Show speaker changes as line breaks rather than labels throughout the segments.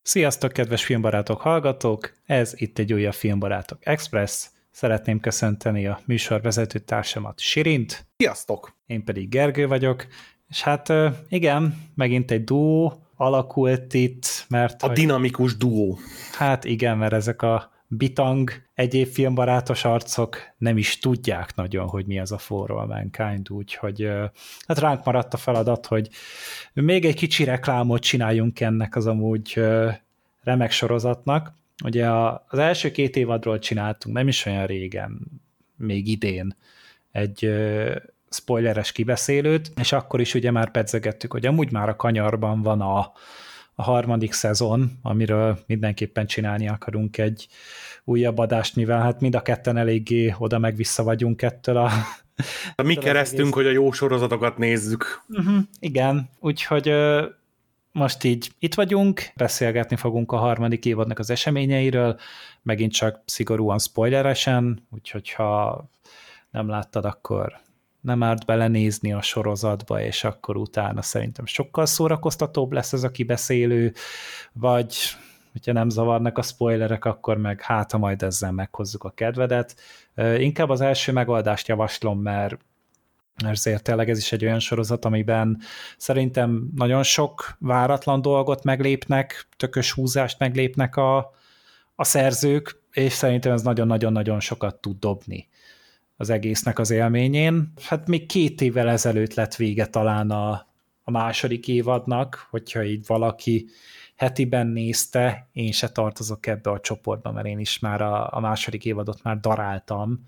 Sziasztok, kedves filmbarátok, hallgatók! Ez itt egy újabb Filmbarátok Express. Szeretném köszönteni a műsorvezető társamat, Sirint.
Sziasztok!
Én pedig Gergő vagyok. És hát igen, megint egy duó alakult itt, mert...
Dinamikus duó.
Hát igen, mert ezek a bitang egyéb filmbarátos arcok nem is tudják nagyon, hogy mi az a For All Mankind, úgyhogy hát ránk maradt a feladat, hogy még egy kicsi reklámot csináljunk ennek az amúgy remek sorozatnak. Ugye az első 2 évadról csináltunk, nem is olyan régen, még idén, egy spoileres kibeszélőt, és akkor is ugye már pedzegettük, hogy amúgy már a kanyarban van a harmadik szezon, amiről mindenképpen csinálni akarunk egy újabb adást, mivel hát mind a ketten eléggé oda meg vissza vagyunk ettől a...
Mi keresztünk, hogy a jó sorozatokat nézzük.
Igen, úgyhogy most így itt vagyunk, beszélgetni fogunk a harmadik évadnak az eseményeiről, megint csak szigorúan spoileresen, úgyhogy ha nem láttad, akkor nem árt belenézni a sorozatba, és akkor utána szerintem sokkal szórakoztatóbb lesz ez a kibeszélő, vagy hogyha nem zavarnak a spoilerek, akkor meg hát, ha majd ezzel meghozzuk a kedvedet. Inkább az első megoldást javaslom, mert ezért tényleg ez is egy olyan sorozat, amiben szerintem nagyon sok váratlan dolgot meglépnek, tökös húzást meglépnek a szerzők, és szerintem ez nagyon-nagyon-nagyon sokat tud dobni az egésznek az élményén. Hát még 2 évvel ezelőtt lett vége talán a második évadnak, hogyha így valaki hetiben nézte, én se tartozok ebbe a csoportba, mert én is már a második évadot már daráltam,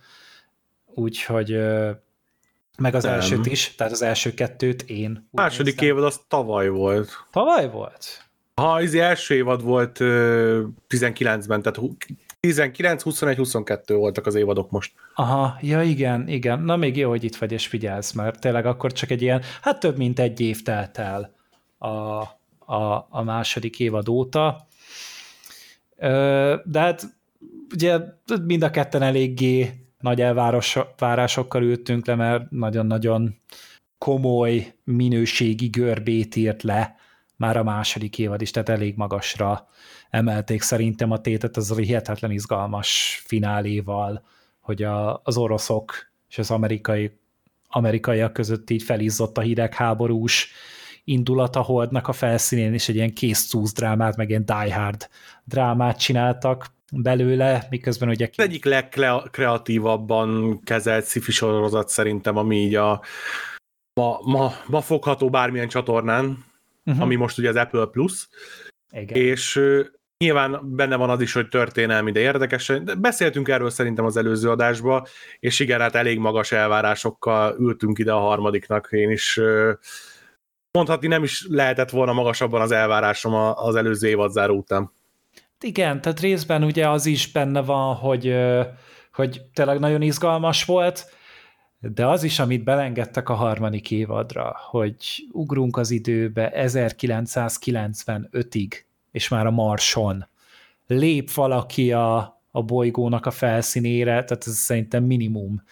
úgyhogy meg az elsőt is, tehát az első 2 én.
A második évad az tavaly volt.
Tavaly volt?
Az első évad volt 19-ben, tehát 19, 21, 22 voltak az évadok most.
Aha, ja igen. Na még jó, hogy itt vagy és figyelsz, mert tényleg akkor csak egy ilyen, hát több mint 1 év telt el a második évad óta. De hát ugye mind a ketten eléggé nagy elvárásokkal ültünk le, mert nagyon-nagyon komoly minőségi görbét írt le már a második évad is, tehát elég magasra emelték szerintem a tétet az a hihetetlen izgalmas fináléval, hogy az oroszok és az amerikaiak között így felizzott a hidegháborús indulat a Holdnak a felszínén, és egy ilyen készcúsz drámát, meg ilyen Die Hard drámát csináltak belőle, miközben ugye...
Az egyik legkreatívabban kezelt sci-fi sorozat szerintem, ami így ma fogható bármilyen csatornán, ami most ugye az Apple Plus,
igen.
És nyilván benne van az is, hogy történelmi, de érdekes. Beszéltünk erről szerintem az előző adásban, és igen, hát elég magas elvárásokkal ültünk ide a harmadiknak. Én is mondhatni nem is lehetett volna magasabban az elvárásom az előző évadzáró után.
Igen, tehát részben ugye az is benne van, hogy tényleg nagyon izgalmas volt, de az is, amit belengedtek a harmadik évadra, hogy ugrunk az időbe 1995-ig, és már a Marson lép valaki a bolygónak a felszínére, tehát ez szerintem minimum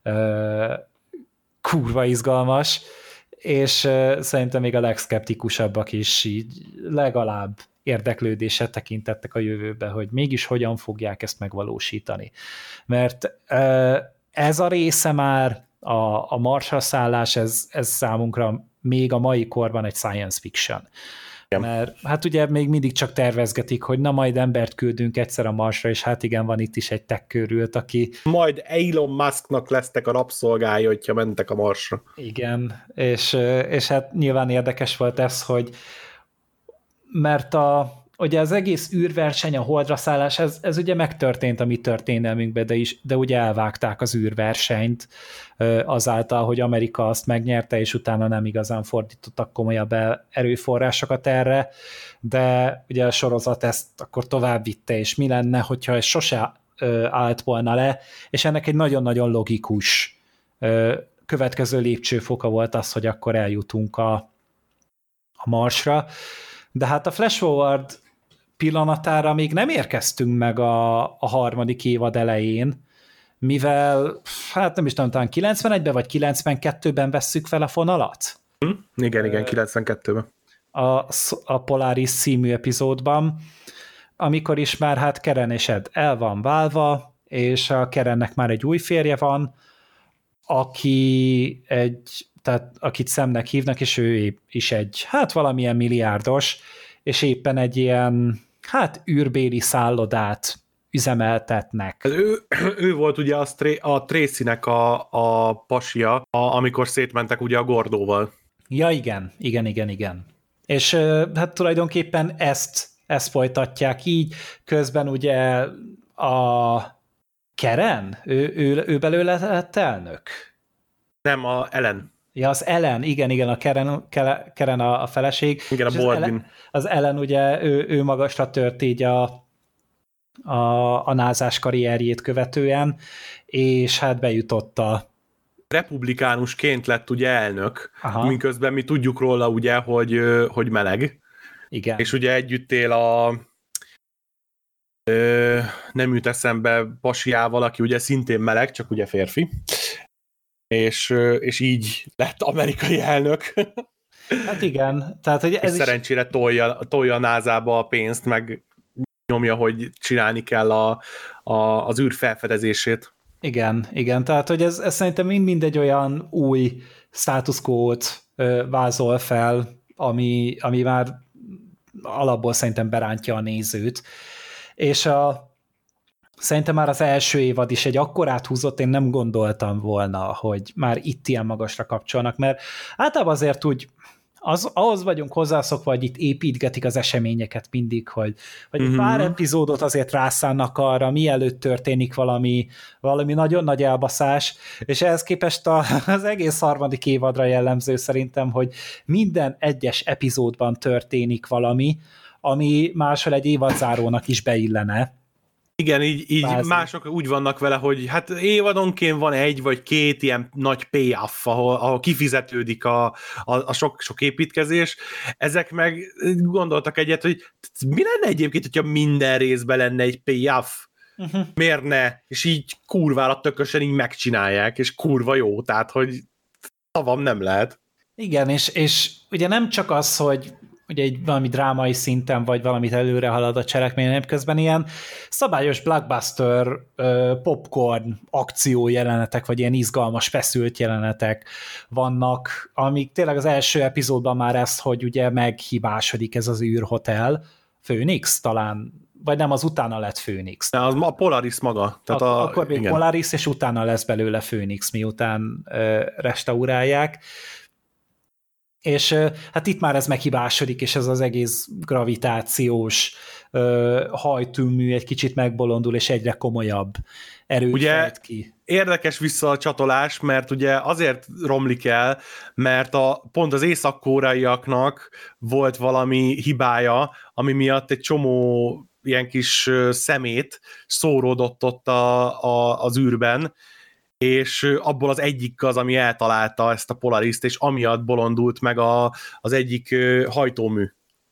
kurva izgalmas, és szerintem még a legszkeptikusabbak is így legalább érdeklődéssel tekintettek a jövőbe, hogy mégis hogyan fogják ezt megvalósítani. Mert ez a része már, a Marsra szállás, ez számunkra még a mai korban egy science fiction. Mert hát ugye még mindig csak tervezgetik, hogy na majd embert küldünk egyszer a Marsra, és hát igen, van itt is egy tech körült, aki...
Majd Elon Musknak lesztek a rabszolgái, hogyha mentek a Marsra.
Igen, és hát nyilván érdekes volt ez, hogy mert ugye az egész űrverseny, a Holdra szállás, ez ugye megtörtént a mi történelmünkben, de ugye elvágták az űrversenyt azáltal, hogy Amerika azt megnyerte, és utána nem igazán fordítottak komolyabb erőforrásokat erre, de ugye a sorozat ezt akkor tovább vitte, és mi lenne, hogyha ez sose állt volna le, és ennek egy nagyon-nagyon logikus következő lépcsőfoka volt az, hogy akkor eljutunk a Marsra, de hát a Flash Forward pillanatára még nem érkeztünk meg a harmadik évad elején, mivel, hát nem is tudom, talán 91-ben vagy 92-ben vesszük fel a fonalat?
Igen, 92-ben.
a Polaris című epizódban, amikor is már hát Karen és Ed el van válva, és a Karennek már egy új férje van, tehát akit Samnek hívnak, és ő is egy, hát valamilyen milliárdos, és éppen egy ilyen, hát űrbéli szállodát üzemeltetnek.
Ő volt ugye a Tracy-nek a pasia, amikor szétmentek ugye a Gordóval.
Ja, igen. És hát tulajdonképpen ezt folytatják így, közben ugye a Karen, ő belőle lett elnök?
Nem, a Ellen.
Ja, az Ellen, igen, a Karen a feleség.
Igen, a Baldwin.
Az Ellen ugye, ő magasra tört így a názás karrierjét követően, és hát bejutott a
republikánusként lett ugye elnök,
Aha.
miközben mi tudjuk róla ugye, hogy meleg.
Igen.
És ugye együtt él nem jut eszembe pasiával, aki ugye szintén meleg, csak ugye férfi. És így lett amerikai elnök.
Hát igen. Tehát, hogy ez
szerencsére tolja a názába a pénzt, meg nyomja, hogy csinálni kell az űr felfedezését.
Igen. Tehát, hogy ez szerintem mind egy olyan új státuszkót vázol fel, ami már alapból szerintem berántja a nézőt. És szerintem már az első évad is egy akkorát húzott, én nem gondoltam volna, hogy már itt ilyen magasra kapcsolnak, mert általában azért úgy ahhoz vagyunk hozzászokva, hogy itt építgetik az eseményeket mindig, hogy pár epizódot azért rászánnak arra, mielőtt történik valami nagyon nagy elbaszás, és ehhez képest az egész harmadik évadra jellemző szerintem, hogy minden egyes epizódban történik valami, ami máshol egy évadzárónak is beillene.
Igen, így mások úgy vannak vele, hogy hát évadonként van egy vagy két ilyen nagy payoff, ahol kifizetődik a sok építkezés. Ezek meg gondoltak egyet, hogy mi lenne egyébként, hogyha minden részben lenne egy payoff? Miért ne? És így kurvára tökösen így megcsinálják, és kurva jó, tehát hogy szavam nem lehet.
Igen, és ugye nem csak az, hogy ugye egy valami drámai szinten, vagy valamit előre halad a cselekmény, hanem közben ilyen szabályos blockbuster, popcorn akció jelenetek, vagy ilyen izgalmas, feszült jelenetek vannak, amik tényleg az első epizódban már ezt, hogy ugye meghibásodik ez az űrhotel, Phoenix talán, vagy nem, az utána lett Phoenix.
De az a Polaris maga. Tehát
akkor még
igen.
Polaris, és utána lesz belőle Phoenix, miután restaurálják. És hát itt már ez meghibásodik, és ez az egész gravitációs hajtűmű egy kicsit megbolondul, és egyre komolyabb erőt fejt ki.
Érdekes vissza a csatolás, mert ugye azért romlik el, mert pont az észak-koreaiaknak volt valami hibája, ami miatt egy csomó ilyen kis szemét szóródott ott az űrben, és abból az egyik az, ami eltalálta ezt a Polariszt, és amiatt bolondult meg az egyik hajtómű.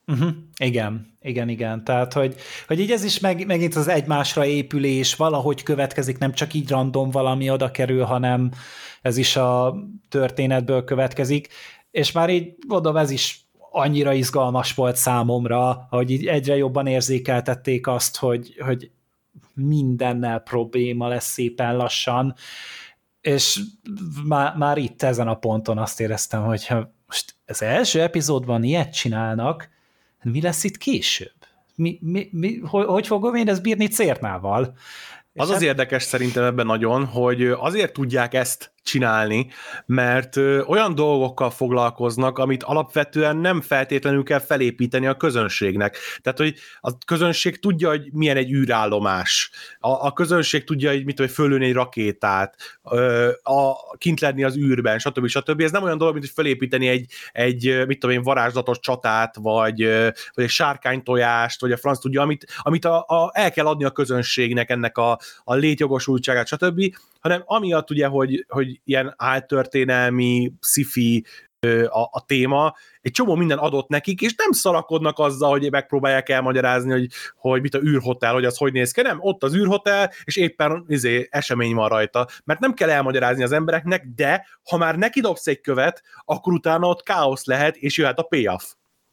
Igen. Tehát, hogy így ez is megint az egymásra épülés valahogy következik, nem csak így random valami oda kerül, hanem ez is a történetből következik, és már így gondolom ez is annyira izgalmas volt számomra, hogy így egyre jobban érzékeltették azt, hogy mindennel probléma lesz szépen lassan, és már itt ezen a ponton azt éreztem, hogy ha most az első epizódban ilyet csinálnak, mi lesz itt később? Hogy fogom én ezt bírni Cérnával?
Az érdekes szerintem ebben nagyon, hogy azért tudják ezt csinálni, mert olyan dolgokkal foglalkoznak, amit alapvetően nem feltétlenül kell felépíteni a közönségnek. Tehát, hogy a közönség tudja, hogy milyen egy űrállomás. A közönség tudja, hogy fölülni egy rakétát, kint lenni az űrben, stb. Ez nem olyan dolog, mint hogy felépíteni egy varázslatos csatát, vagy egy sárkánytojást, vagy a franc tudja, amit el kell adni a közönségnek, ennek a létjogosultságát, stb., hanem amiatt ugye, hogy ilyen áltörténelmi, sci-fi a téma, egy csomó minden adott nekik, és nem szarakodnak azzal, hogy megpróbálják elmagyarázni, hogy mit a űrhotel, hogy az hogy néz ki, nem, ott az űrhotel, és éppen esemény van rajta, mert nem kell elmagyarázni az embereknek, de ha már neki dobsz egy követ, akkor utána ott káosz lehet, és jöhet a payoff.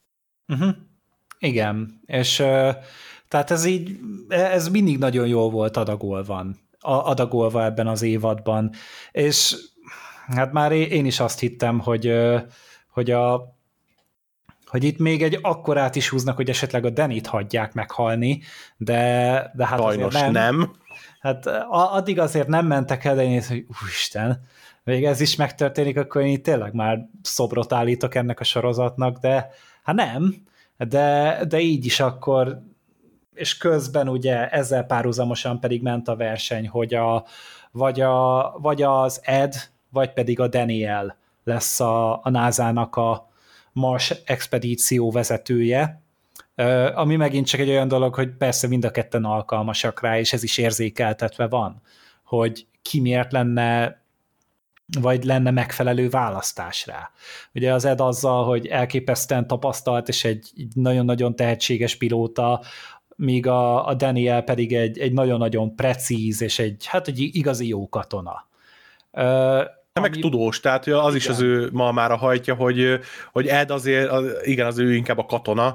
Uh-huh. Igen, és tehát ez mindig nagyon jól volt adagolva ebben az évadban, és hát már én is azt hittem, hogy hogy itt még egy akkorát is húznak, hogy esetleg a Dannyt hagyják meghalni, de hát azért
Sajnos
nem.
nem.
Hát addig azért nem mentek el, de én néztem, hogy úristen, még ez is megtörténik, akkor én tényleg már szobrot állítok ennek a sorozatnak, de hát nem, de így is akkor, és közben ugye ezzel párhuzamosan pedig ment a verseny, hogy vagy az Ed, vagy pedig a Daniel lesz a NASA-nak a Mars expedíció vezetője, ami megint csak egy olyan dolog, hogy persze mind a ketten alkalmasak rá, és ez is érzékeltetve van, hogy ki miért lenne, vagy lenne megfelelő választás rá. Ugye az Ed azzal, hogy elképesztően tapasztalt, és egy nagyon-nagyon tehetséges pilóta, míg a Daniel pedig egy nagyon-nagyon precíz, és egy igazi jó katona.
Meg tudós, tehát az igen. Is az ő malmára hajtja, hogy Ed azért, igen, az ő inkább a katona,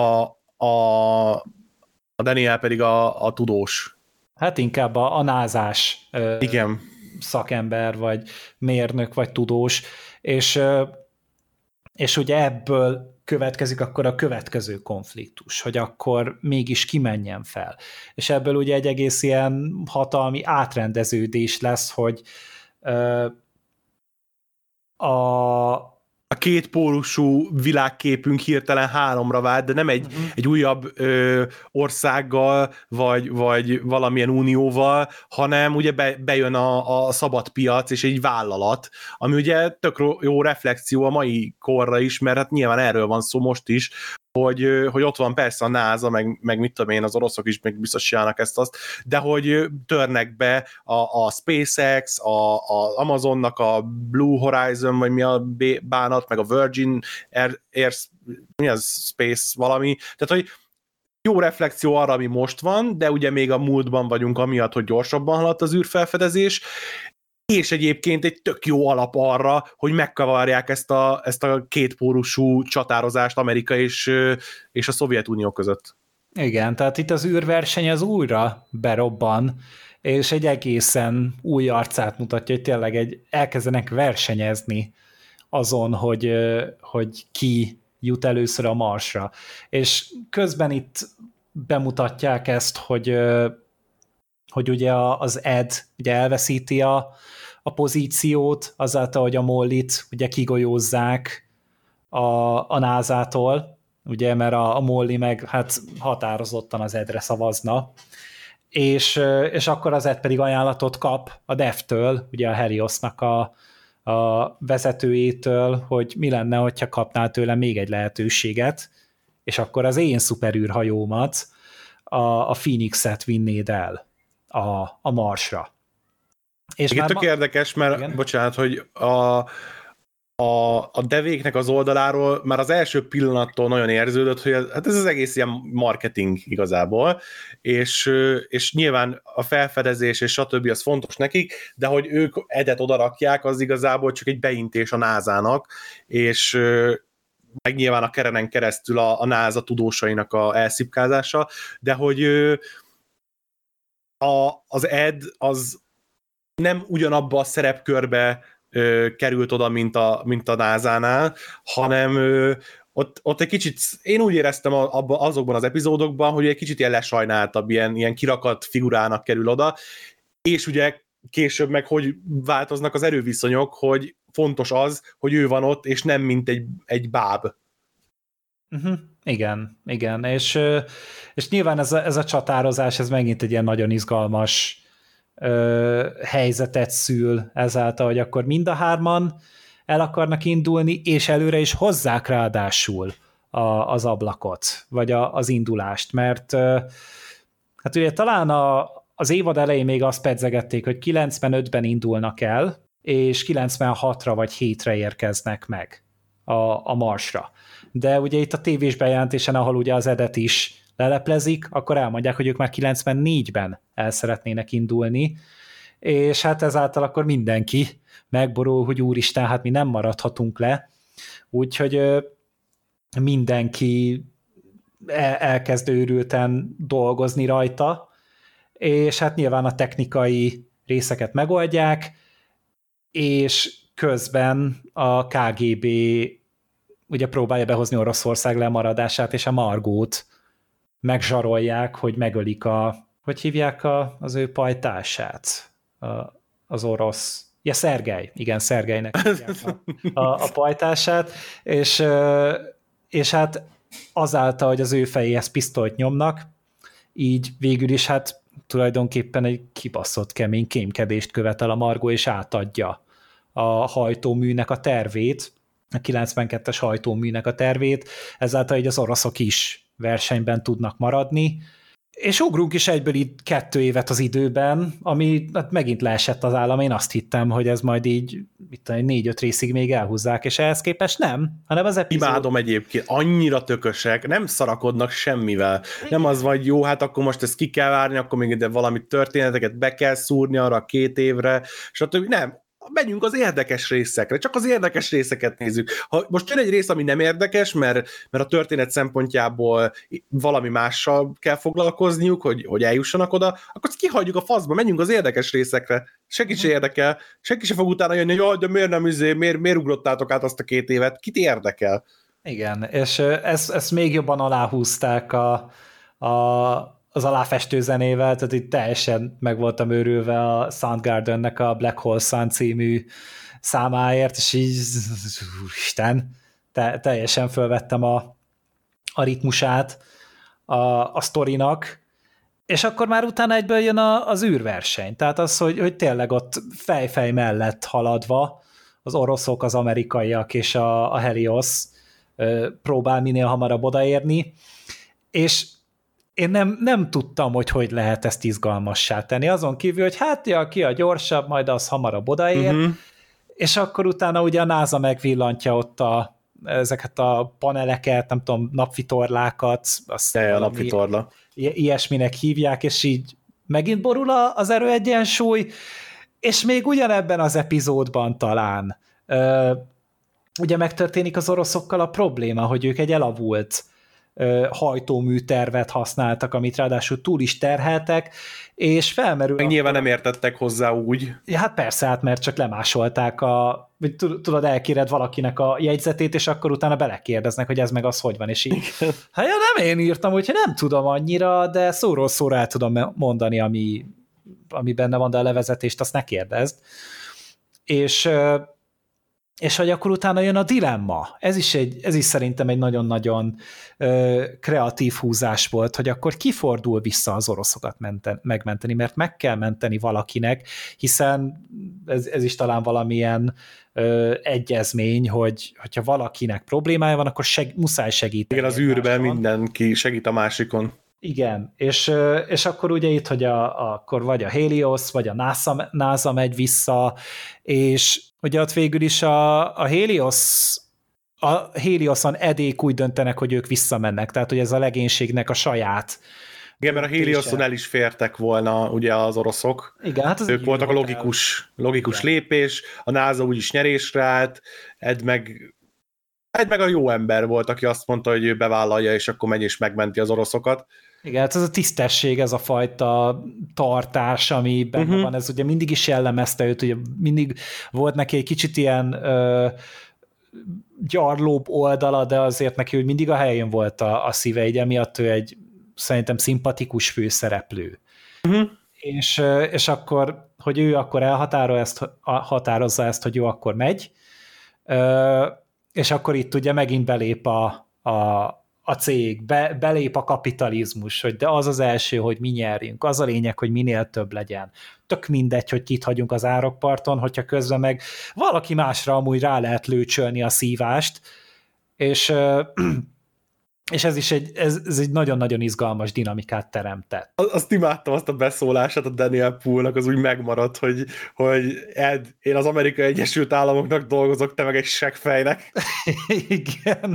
a Daniel pedig a tudós.
Hát inkább a názás
igen.
Szakember, vagy mérnök, vagy tudós, és ugye ebből következik akkor a következő konfliktus, hogy akkor mégis kimenjen fel. És ebből ugye egy egész ilyen hatalmi átrendeződés lesz, hogy
a kétpólusú világképünk hirtelen 3-ra vált, de nem egy újabb országgal, vagy valamilyen unióval, hanem ugye bejön a szabad piac és egy vállalat, ami ugye tök jó reflexió a mai korra is, mert hát nyilván erről van szó most is, hogy ott van persze a NASA, meg mit tudom én, az oroszok is meg biztos csinálnak ezt-azt, de hogy törnek be a SpaceX, az Amazonnak a Blue Horizon, vagy mi a bánat, meg a Virgin Air mi az Space valami, tehát hogy jó reflexió arra, ami most van, de ugye még a múltban vagyunk amiatt, hogy gyorsabban haladt az űrfelfedezés, és egyébként egy tök jó alap arra, hogy megkavarják ezt a kétpórusú csatározást Amerika és a Szovjetunió között.
Igen, tehát itt az űrverseny az újra berobban, és egy egészen új arcát mutatja, hogy tényleg elkezdenek versenyezni azon, hogy ki jut először a Marsra. És közben itt bemutatják ezt, hogy ugye az Ed ugye elveszíti a pozíciót, azáltal, hogy a Mollyt ugye kigolyózzák a NASA-tól, ugye, mert a Molly meg hát határozottan az Edre szavazna, és akkor az Ed pedig ajánlatot kap a Dev-től, ugye a Heliosnak a vezetőjétől, hogy mi lenne, hogyha kapnál tőle még egy lehetőséget, és akkor az én szuperűrhajómat, a Phoenix-et vinnéd el a Marsra.
És igen, tök érdekes, mert igen? Bocsánat, hogy a devéknek az oldaláról már az első pillanattól nagyon érződött, hogy hát ez az egész ilyen marketing igazából, és nyilván a felfedezés és stb. Az fontos nekik, de hogy ők Edet odarakják, az igazából csak egy beintés a NASA-nak, és meg nyilván a Kerenen keresztül a NASA tudósainak a elszipkázása, de hogy az Ed az nem ugyanabba a szerepkörbe került oda, mint a NASA-nál, hanem ott egy kicsit, én úgy éreztem azokban az epizódokban, hogy egy kicsit ilyen lesajnáltabb, ilyen kirakat figurának kerül oda, és ugye később meg hogy változnak az erőviszonyok, hogy fontos az, hogy ő van ott, és nem mint egy báb.
Igen, és nyilván ez a csatározás, ez megint egy ilyen nagyon izgalmas helyzetet szül ezáltal, hogy akkor mind a hárman el akarnak indulni, és előre is hozzák ráadásul az ablakot, vagy az indulást, mert hát ugye talán az évad elején még azt pedzegették, hogy 95-ben indulnak el, és 96-ra vagy 7-re érkeznek meg a Marsra. De ugye itt a tévés bejelentésen, ahol ugye az Edet is leleplezik, akkor elmondják, hogy ők már 94-ben el szeretnének indulni, és hát ezáltal akkor mindenki megborul, hogy úristen, hát mi nem maradhatunk le. Úgyhogy mindenki elkezd őrülten dolgozni rajta, és hát nyilván a technikai részeket megoldják, és közben a KGB ugye próbálja behozni Oroszország lemaradását, és a Margót megzsarolják, hogy megölik hogy hívják az ő pajtását? Az orosz... Ja, Szergej. Igen, Szergejnek hívják a pajtását, és hát azáltal, hogy az ő fejéhez pisztolyt nyomnak, így végül is hát tulajdonképpen egy kibaszott kemény kémkedést követel a Margó, és átadja a hajtóműnek a tervét, a 92-es hajtóműnek a tervét, ezáltal így az oroszok is versenyben tudnak maradni, és ugrunk is egyből itt 2 évet az időben, ami hát megint leesett az állam, én azt hittem, hogy ez majd így 4-5 részig még elhúzzák, és ehhez képest nem, hanem az epizód...
Imádom egyébként, annyira tökösek, nem szarakodnak semmivel. Nem az vagy, jó, hát akkor most ezt ki kell várni, akkor még ide valami történeteket be kell szúrni arra 2 évre, stb. Nem, menjünk az érdekes részekre, csak az érdekes részeket nézzük. Ha most jön egy rész, ami nem érdekes, mert a történet szempontjából valami mással kell foglalkozniuk, hogy eljussanak oda, akkor ezt kihagyjuk a faszba, menjünk az érdekes részekre. Senki se érdekel, senki se fog utána jönni, hogy jaj, de miért nem miért ugrottátok át azt a 2 évet, kit érdekel?
Igen, és ezt még jobban aláhúzták az aláfestő zenével, tehát itt teljesen meg voltam őrülve a Soundgardennek a Black Hole Sun című számáért, és így, úristen, teljesen fölvettem a ritmusát a sztorinak, és akkor már utána egyből jön az űrverseny, tehát az, hogy tényleg ott fejfej mellett haladva az oroszok, az amerikaiak és a Helios próbál minél hamarabb odaérni, és én nem tudtam, hogy lehet ezt izgalmassá tenni. Azon kívül, hogy hát ja, ki a gyorsabb, majd az hamarabb odaér, és akkor utána ugye a NASA megvillantja ott ezeket a paneleket, nem tudom, napvitorlákat, azt
a napvitorla.
Ilyesminek hívják, és így megint borul az erőegyensúly, és még ugyanebben az epizódban talán ugye megtörténik az oroszokkal a probléma, hogy ők egy elavult hajtóműtervet használtak, amit ráadásul túl is terheltek, és felmerül...
Meg nyilván nem értettek hozzá úgy.
Ja, hát persze, hát mert csak lemásolták tudod, elkéred valakinek a jegyzetét, és akkor utána belekérdeznek, hogy ez meg az hogy van, és így, hát ja, nem én írtam, úgyhogy nem tudom annyira, de szóról szóra el tudom mondani, ami benne van, de a levezetést azt ne kérdezd. És hogy akkor utána jön a dilemma. Ez is szerintem egy nagyon-nagyon kreatív húzás volt, hogy akkor kifordul vissza az oroszokat megmenteni, mert meg kell menteni valakinek, hiszen ez is talán valamilyen egyezmény, hogyha valakinek problémája van, akkor muszáj segíteni.
Igen, az űrben mindenki segít a másikon.
Igen, és akkor ugye itt, hogy akkor vagy a Helios, vagy a NASA megy vissza, és ugye ott végül is a Helioson edék úgy döntenek, hogy ők visszamennek, tehát hogy ez a legénységnek a saját.
Igen, mert a Helioson el is fértek volna ugye az oroszok.
Igen, hát
ők voltak a logikus lépés, a NASA úgyis nyerésre állt, Ed meg a jó ember volt, aki azt mondta, hogy ő bevállalja, és akkor megy és megmenti az oroszokat.
Igen, hát ez a tisztesség, ez a fajta tartás, ami benne van, ez ugye mindig is jellemezte őt, ugye mindig volt neki egy kicsit ilyen gyarlóbb oldala, de azért neki hogy mindig a helyén volt a szíve, így emiatt ő egy szerintem szimpatikus főszereplő. És akkor, hogy ő akkor elhatározza ezt, hogy jó, akkor megy, és akkor itt ugye megint belép a cég, belép a kapitalizmus, hogy de az első, hogy mi nyerjünk, az a lényeg, hogy minél több legyen. Tök mindegy, hogy kit hagyunk az árokparton, hogyha közben meg valaki másra amúgy rá lehet lőcsölni a szívást, és ez is egy nagyon-nagyon izgalmas dinamikát teremtett.
Azt imádtam, azt a beszólását a Daniel Poole-nak, az úgy megmaradt, hogy Ed, én az Amerikai Egyesült Államoknak dolgozok, te meg egy seggfejnek.
Igen.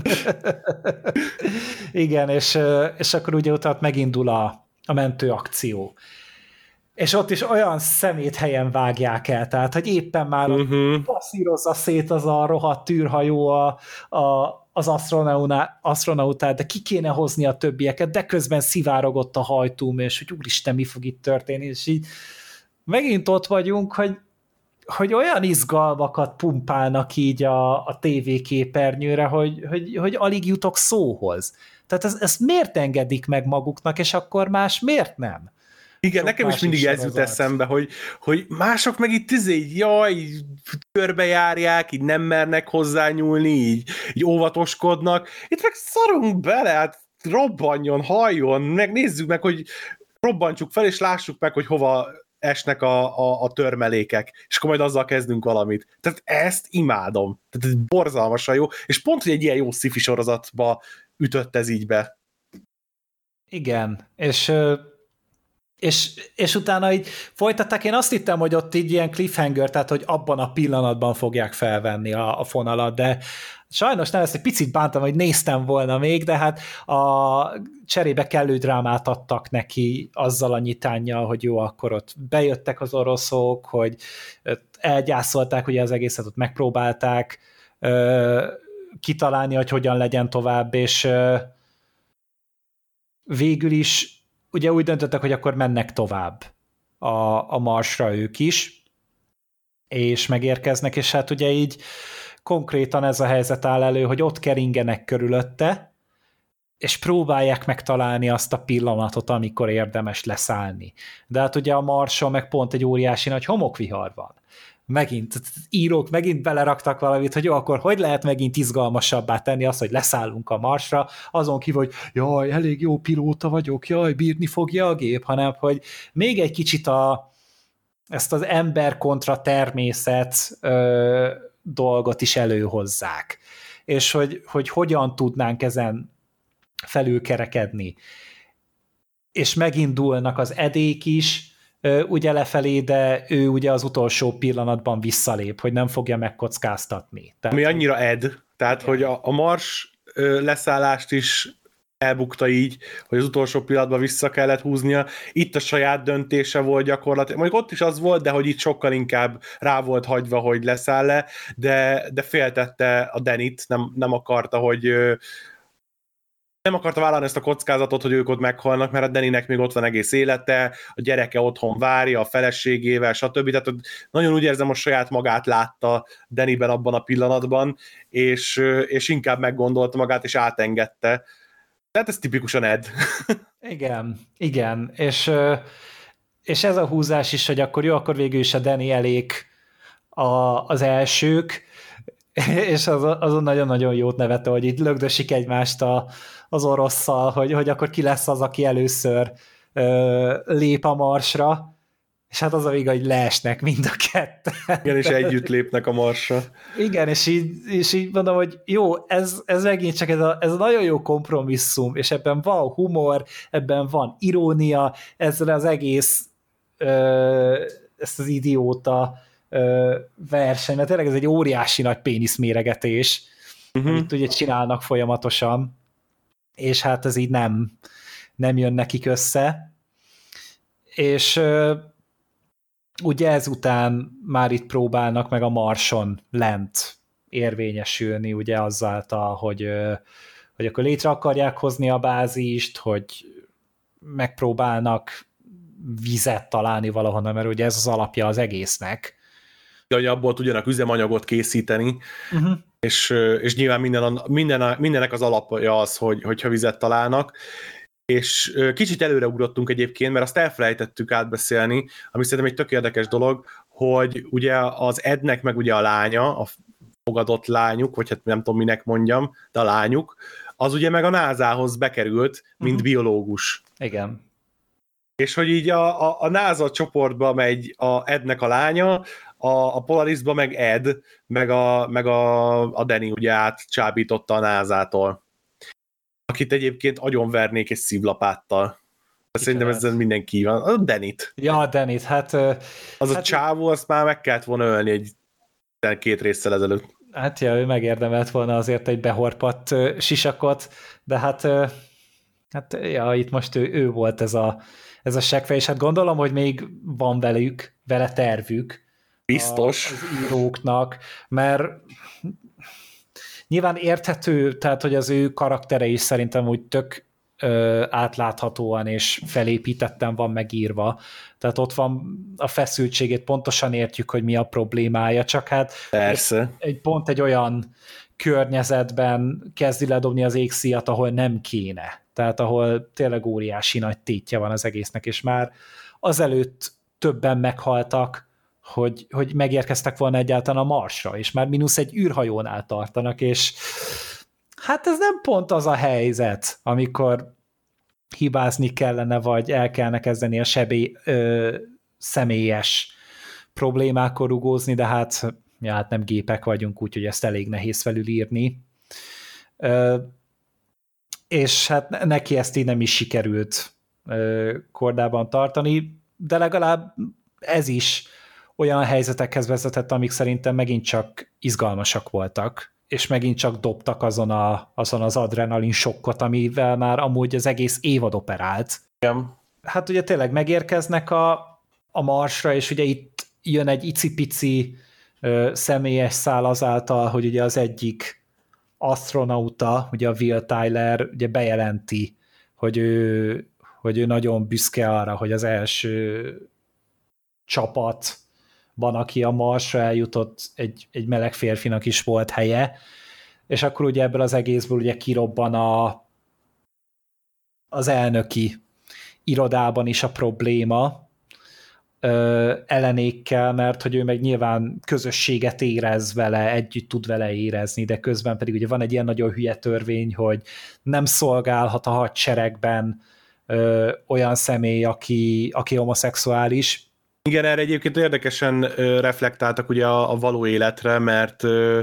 Igen, és akkor ugye utána megindul a mentőakció. És ott is olyan szemét helyen vágják el, tehát, hogy éppen már passzírozza szét az a rohadt űrhajó az astronautát, de ki kéne hozni a többieket, de közben szivárogott a hajtóm, és hogy úristen, mi fog itt történni, és így megint ott vagyunk, hogy olyan izgalmakat pumpálnak így a tévéképernyőre, hogy alig jutok szóhoz. Tehát ezt miért engedik meg maguknak, és akkor más miért nem?
Igen, nekem is mindig ez jut eszembe, hogy mások meg itt jaj, körbejárják, így nem mernek hozzányúlni, így óvatoskodnak. Itt meg szarunk bele, hát robbanjon, halljon, meg nézzük meg, hogy robbantsuk fel, és lássuk meg, hogy hova esnek a törmelékek, és akkor majd azzal kezdünk valamit. Tehát ezt imádom. Tehát ez borzalmasan jó, és pont, hogy egy ilyen jó sci-fi sorozatba ütött ez így be.
Igen, és utána így folytatták, én azt hittem, hogy ott így ilyen cliffhanger, tehát hogy abban a pillanatban fogják felvenni a fonalat, de sajnos nem, ezt egy picit bántam, hogy néztem volna még, de hát a cserébe kellő drámát adtak neki azzal a nyitánnyal, hogy jó, akkor ott bejöttek az oroszok, hogy elgyászolták ugye az egészet, ott megpróbálták kitalálni, hogy hogyan legyen tovább, és végül is ugye úgy döntöttek, hogy akkor mennek tovább a Marsra ők is, és megérkeznek, és hát ugye így konkrétan ez a helyzet áll elő, hogy ott keringenek körülötte, és próbálják megtalálni azt a pillanatot, amikor érdemes leszállni. De hát ugye a Marson meg pont egy óriási nagy homokvihar van. Megint írók megint beleraktak valamit, hogy jó, akkor hogy lehet megint izgalmasabbá tenni azt, hogy leszállunk a Marsra, azon kívül, hogy jaj, elég jó pilóta vagyok, jaj, bírni fogja a gép, hanem hogy még egy kicsit ezt az ember kontra természet dolgot is előhozzák. És hogy hogyan tudnánk ezen felülkerekedni. És megindulnak az edék is, ugye lefelé, de ő ugye az utolsó pillanatban visszalép, hogy nem fogja megkockáztatni.
Ami annyira tehát hogy a Mars leszállást is elbukta így, hogy az utolsó pillanatban vissza kellett húznia. Itt a saját döntése volt gyakorlatilag. Mondjuk ott is az volt, de hogy itt sokkal inkább rá volt hagyva, hogy leszáll le, de féltette a Dannyt, nem akarta, hogy nem akarta vállalni ezt a kockázatot, hogy ők ott meghalnak, mert a Dannynek még ott van egész élete, a gyereke otthon várja, a feleségével, stb. Tehát nagyon úgy érzem, hogy saját magát látta Dannyben abban a pillanatban, és inkább meggondolta magát, és átengedte. Tehát ez tipikusan Ed.
Igen, és ez a húzás is, hogy akkor jó, akkor végül is a Danny elég az elsők, és azon nagyon-nagyon jót nevette, hogy itt lögdösik egymást az orosszal, hogy akkor ki lesz az, aki először lép a Marsra, és hát az a vége, hogy leesnek mind a ketten.
Igen, és együtt lépnek a Marsra.
Igen, és így mondom, hogy jó, ez megint csak ez a nagyon jó kompromisszum, és ebben van humor, ebben van irónia, ezzel az egész ezt az idióta verseny, mert tényleg ez egy óriási nagy péniszméregetés, amit ugye csinálnak folyamatosan, és hát ez így nem jön nekik össze. És ugye ezután már itt próbálnak meg a Marson lent érvényesülni, ugye azáltal, hogy akkor létre akarják hozni a bázist, hogy megpróbálnak vizet találni valahonnan, mert ugye ez az alapja az egésznek.
Hogy abból tudjanak üzemanyagot készíteni, és nyilván mindennek az alapja az, hogyha vizet találnak, és kicsit előreugrottunk egyébként, mert azt elfelejtettük átbeszélni, ami szerintem egy tök érdekes dolog, hogy ugye az Ednek meg ugye a lánya, a fogadott lányuk, vagy hát nem tudom minek mondjam, de a lányuk, az ugye meg a NASA-hoz bekerült, mint biológus.
Igen.
És hogy így a NASA csoportba megy a Ednek a lánya, a Polarisba meg Ed, meg a Danny ugye átcsábította a NASA-tól. Akit egyébként agyonvernék egy szívlapáttal. Szerintem ezzel mindenki van. A Dannyt.
Ja, a Dannyt, hát...
Az a csávó, azt már meg kellett volna ölni egy 2 résszel ezelőtt.
Hát ja, ő megérdemelt volna azért egy behorpadt sisakot, de hát ja, itt most ő volt ez a seggfej, és hát gondolom, hogy még van vele tervük.
Biztos.
Az íróknak, mert nyilván érthető, tehát hogy az ő karaktere is szerintem úgy tök átláthatóan és felépítetten van megírva, tehát ott van a feszültségét, pontosan értjük, hogy mi a problémája, csak hát
persze.
Pont egy olyan környezetben kezdi ledobni az égszíjat, ahol nem kéne, tehát ahol tényleg óriási nagy tétje van az egésznek, és már azelőtt többen meghaltak, hogy megérkeztek volna egyáltalán a Marsra, és már -1 űrhajónál tartanak, és hát ez nem pont az a helyzet, amikor hibázni kellene, vagy el kellene kezdeni a személyes problémákor rugózni, de hát nem gépek vagyunk, úgyhogy ezt elég nehéz felül írni. És hát neki ezt így nem is sikerült kordában tartani, de legalább ez is olyan helyzetekhez vezetett, amik szerintem megint csak izgalmasak voltak, és megint csak dobtak azon az adrenalin sokkot, amivel már amúgy az egész évad operált.
Igen.
Hát ugye tényleg megérkeznek a Marsra, és ugye itt jön egy icipici személyes szál azáltal, hogy ugye az egyik asztronauta, ugye a Will Tyler ugye bejelenti, hogy ő nagyon büszke arra, hogy az első csapatban, aki a Marsra eljutott, egy meleg férfinak is volt helye, és akkor ugye ebből az egészből ugye kirobban az elnöki irodában is a probléma ellenékkel, mert hogy ő meg nyilván közösséget érez vele, együtt tud vele érezni, de közben pedig ugye van egy ilyen nagyon hülye törvény, hogy nem szolgálhat a hadseregben olyan személy, aki homoszexuális.
Igen, erre egyébként érdekesen reflektáltak ugye a való életre, mert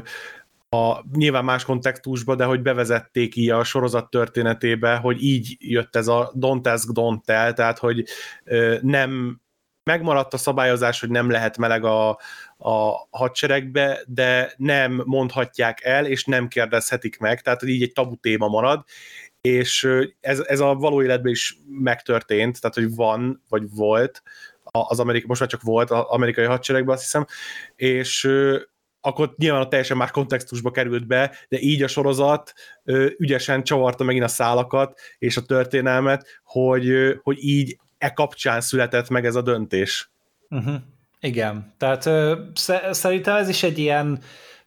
nyilván más kontextusban, de hogy bevezették így a sorozat történetébe, hogy így jött ez a don't ask, don't tell, tehát hogy nem megmaradt a szabályozás, hogy nem lehet meleg a hadseregbe, de nem mondhatják el, és nem kérdezhetik meg, tehát hogy így egy tabu téma marad, és ez a való életben is megtörtént, tehát hogy van, vagy volt az amerikai, most már csak volt az amerikai hadseregben, azt hiszem, és akkor nyilván a teljesen más kontextusba került be, de így a sorozat ügyesen csavarta megint a szálakat és a történelmet, hogy így kapcsán született meg ez a döntés.
Uh-huh. Igen, tehát szerintem ez is egy ilyen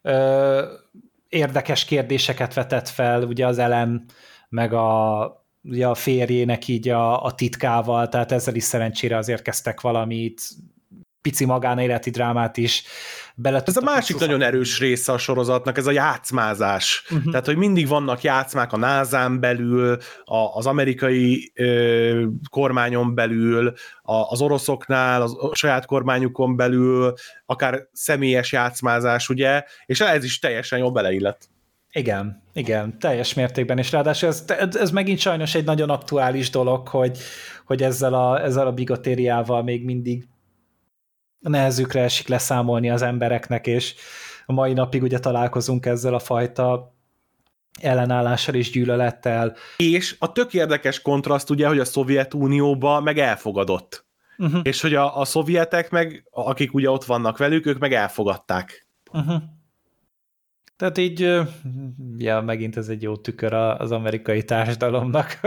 érdekes kérdéseket vetett fel, ugye az Ellen, meg ugye a férjének így a titkával, tehát ezzel is szerencsére azért kezdtek valamit, pici magánéleti drámát is bele.
Ez a másik nagyon erős része a sorozatnak, ez a játszmázás. Uh-huh. Tehát, hogy mindig vannak játszmák a NASA-n belül, az amerikai kormányon belül, az oroszoknál, a saját kormányukon belül, akár személyes játszmázás, ugye, és ez is teljesen jól beleillett.
Igen, teljes mértékben, és ráadásul ez megint sajnos egy nagyon aktuális dolog, hogy ezzel a bigotériával még mindig nehezükre esik leszámolni az embereknek, és a mai napig ugye találkozunk ezzel a fajta ellenállással és gyűlölettel.
És a tök érdekes kontraszt ugye, hogy a Szovjetunióban meg elfogadott. Uh-huh. És hogy a szovjetek meg, akik ugye ott vannak velük, ők meg elfogadták.
Uh-huh. Tehát így, megint ez egy jó tükör az amerikai társadalomnak,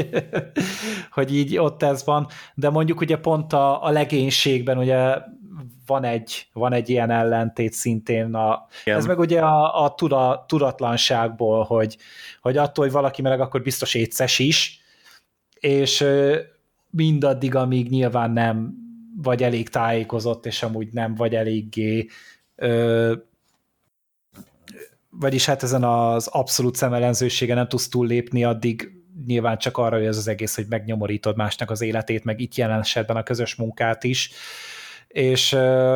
hogy így ott ez van, de mondjuk ugye pont a legénységben ugye van egy ilyen ellentét szintén, ez meg ugye a tudatlanságból, hogy attól, hogy valaki meleg, akkor biztos éces is, és mindaddig, amíg nyilván nem vagy elég tájékozott, és amúgy nem vagy eléggé vagyis hát ezen az abszolút szemellenzősége nem tudsz túllépni, addig nyilván csak arra jössz az egész, hogy megnyomorítod másnak az életét, meg itt jelen esetben a közös munkát is. És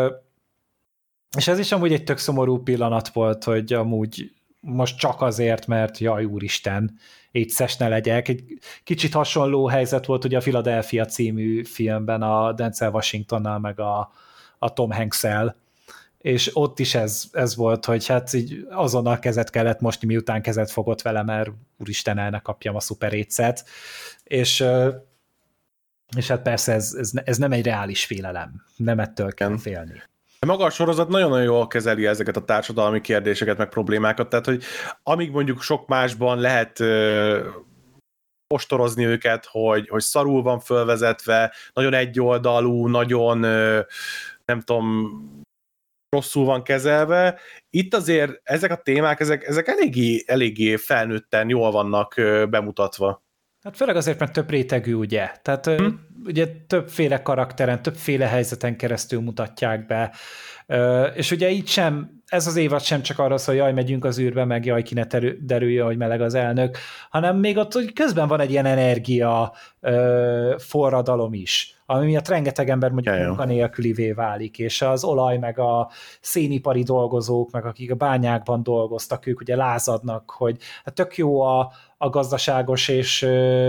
ez is amúgy egy tök szomorú pillanat volt, hogy amúgy most csak azért, mert jaj úristen, étszes ne legyek. Egy kicsit hasonló helyzet volt ugye a Philadelphia című filmben a Denzel Washingtonnal, meg a Tom Hanks-el, és ott is ez volt, hogy hát így azonnal kezet kellett mosni, miután kezet fogott vele, mert úristen, el ne kapjam a szuper étszet. És hát persze ez nem egy reális félelem, nem ettől kell félni.
Maga a sorozat nagyon-nagyon jól kezeli ezeket a társadalmi kérdéseket, meg problémákat, tehát hogy amíg mondjuk sok másban lehet ostorozni őket, hogy szarul van fölvezetve, nagyon egyoldalú, nagyon nem tudom, rosszul van kezelve. Itt azért ezek a témák, ezek eléggé felnőtten jól vannak bemutatva.
Hát főleg azért, mert több rétegű, ugye? Tehát ugye többféle karakteren, többféle helyzeten keresztül mutatják be, és ugye így sem, ez az évad sem csak arra szól, hogy jaj, megyünk az űrbe, meg jaj, ki ne derüljön, hogy meleg az elnök, hanem még ott hogy közben van egy ilyen energia forradalom is, ami miatt rengeteg ember mondjuk munkanélkülivé válik, és az olaj, meg a szénipari dolgozók, meg akik a bányákban dolgoztak, ők ugye lázadnak, hogy hát tök jó a gazdaságos és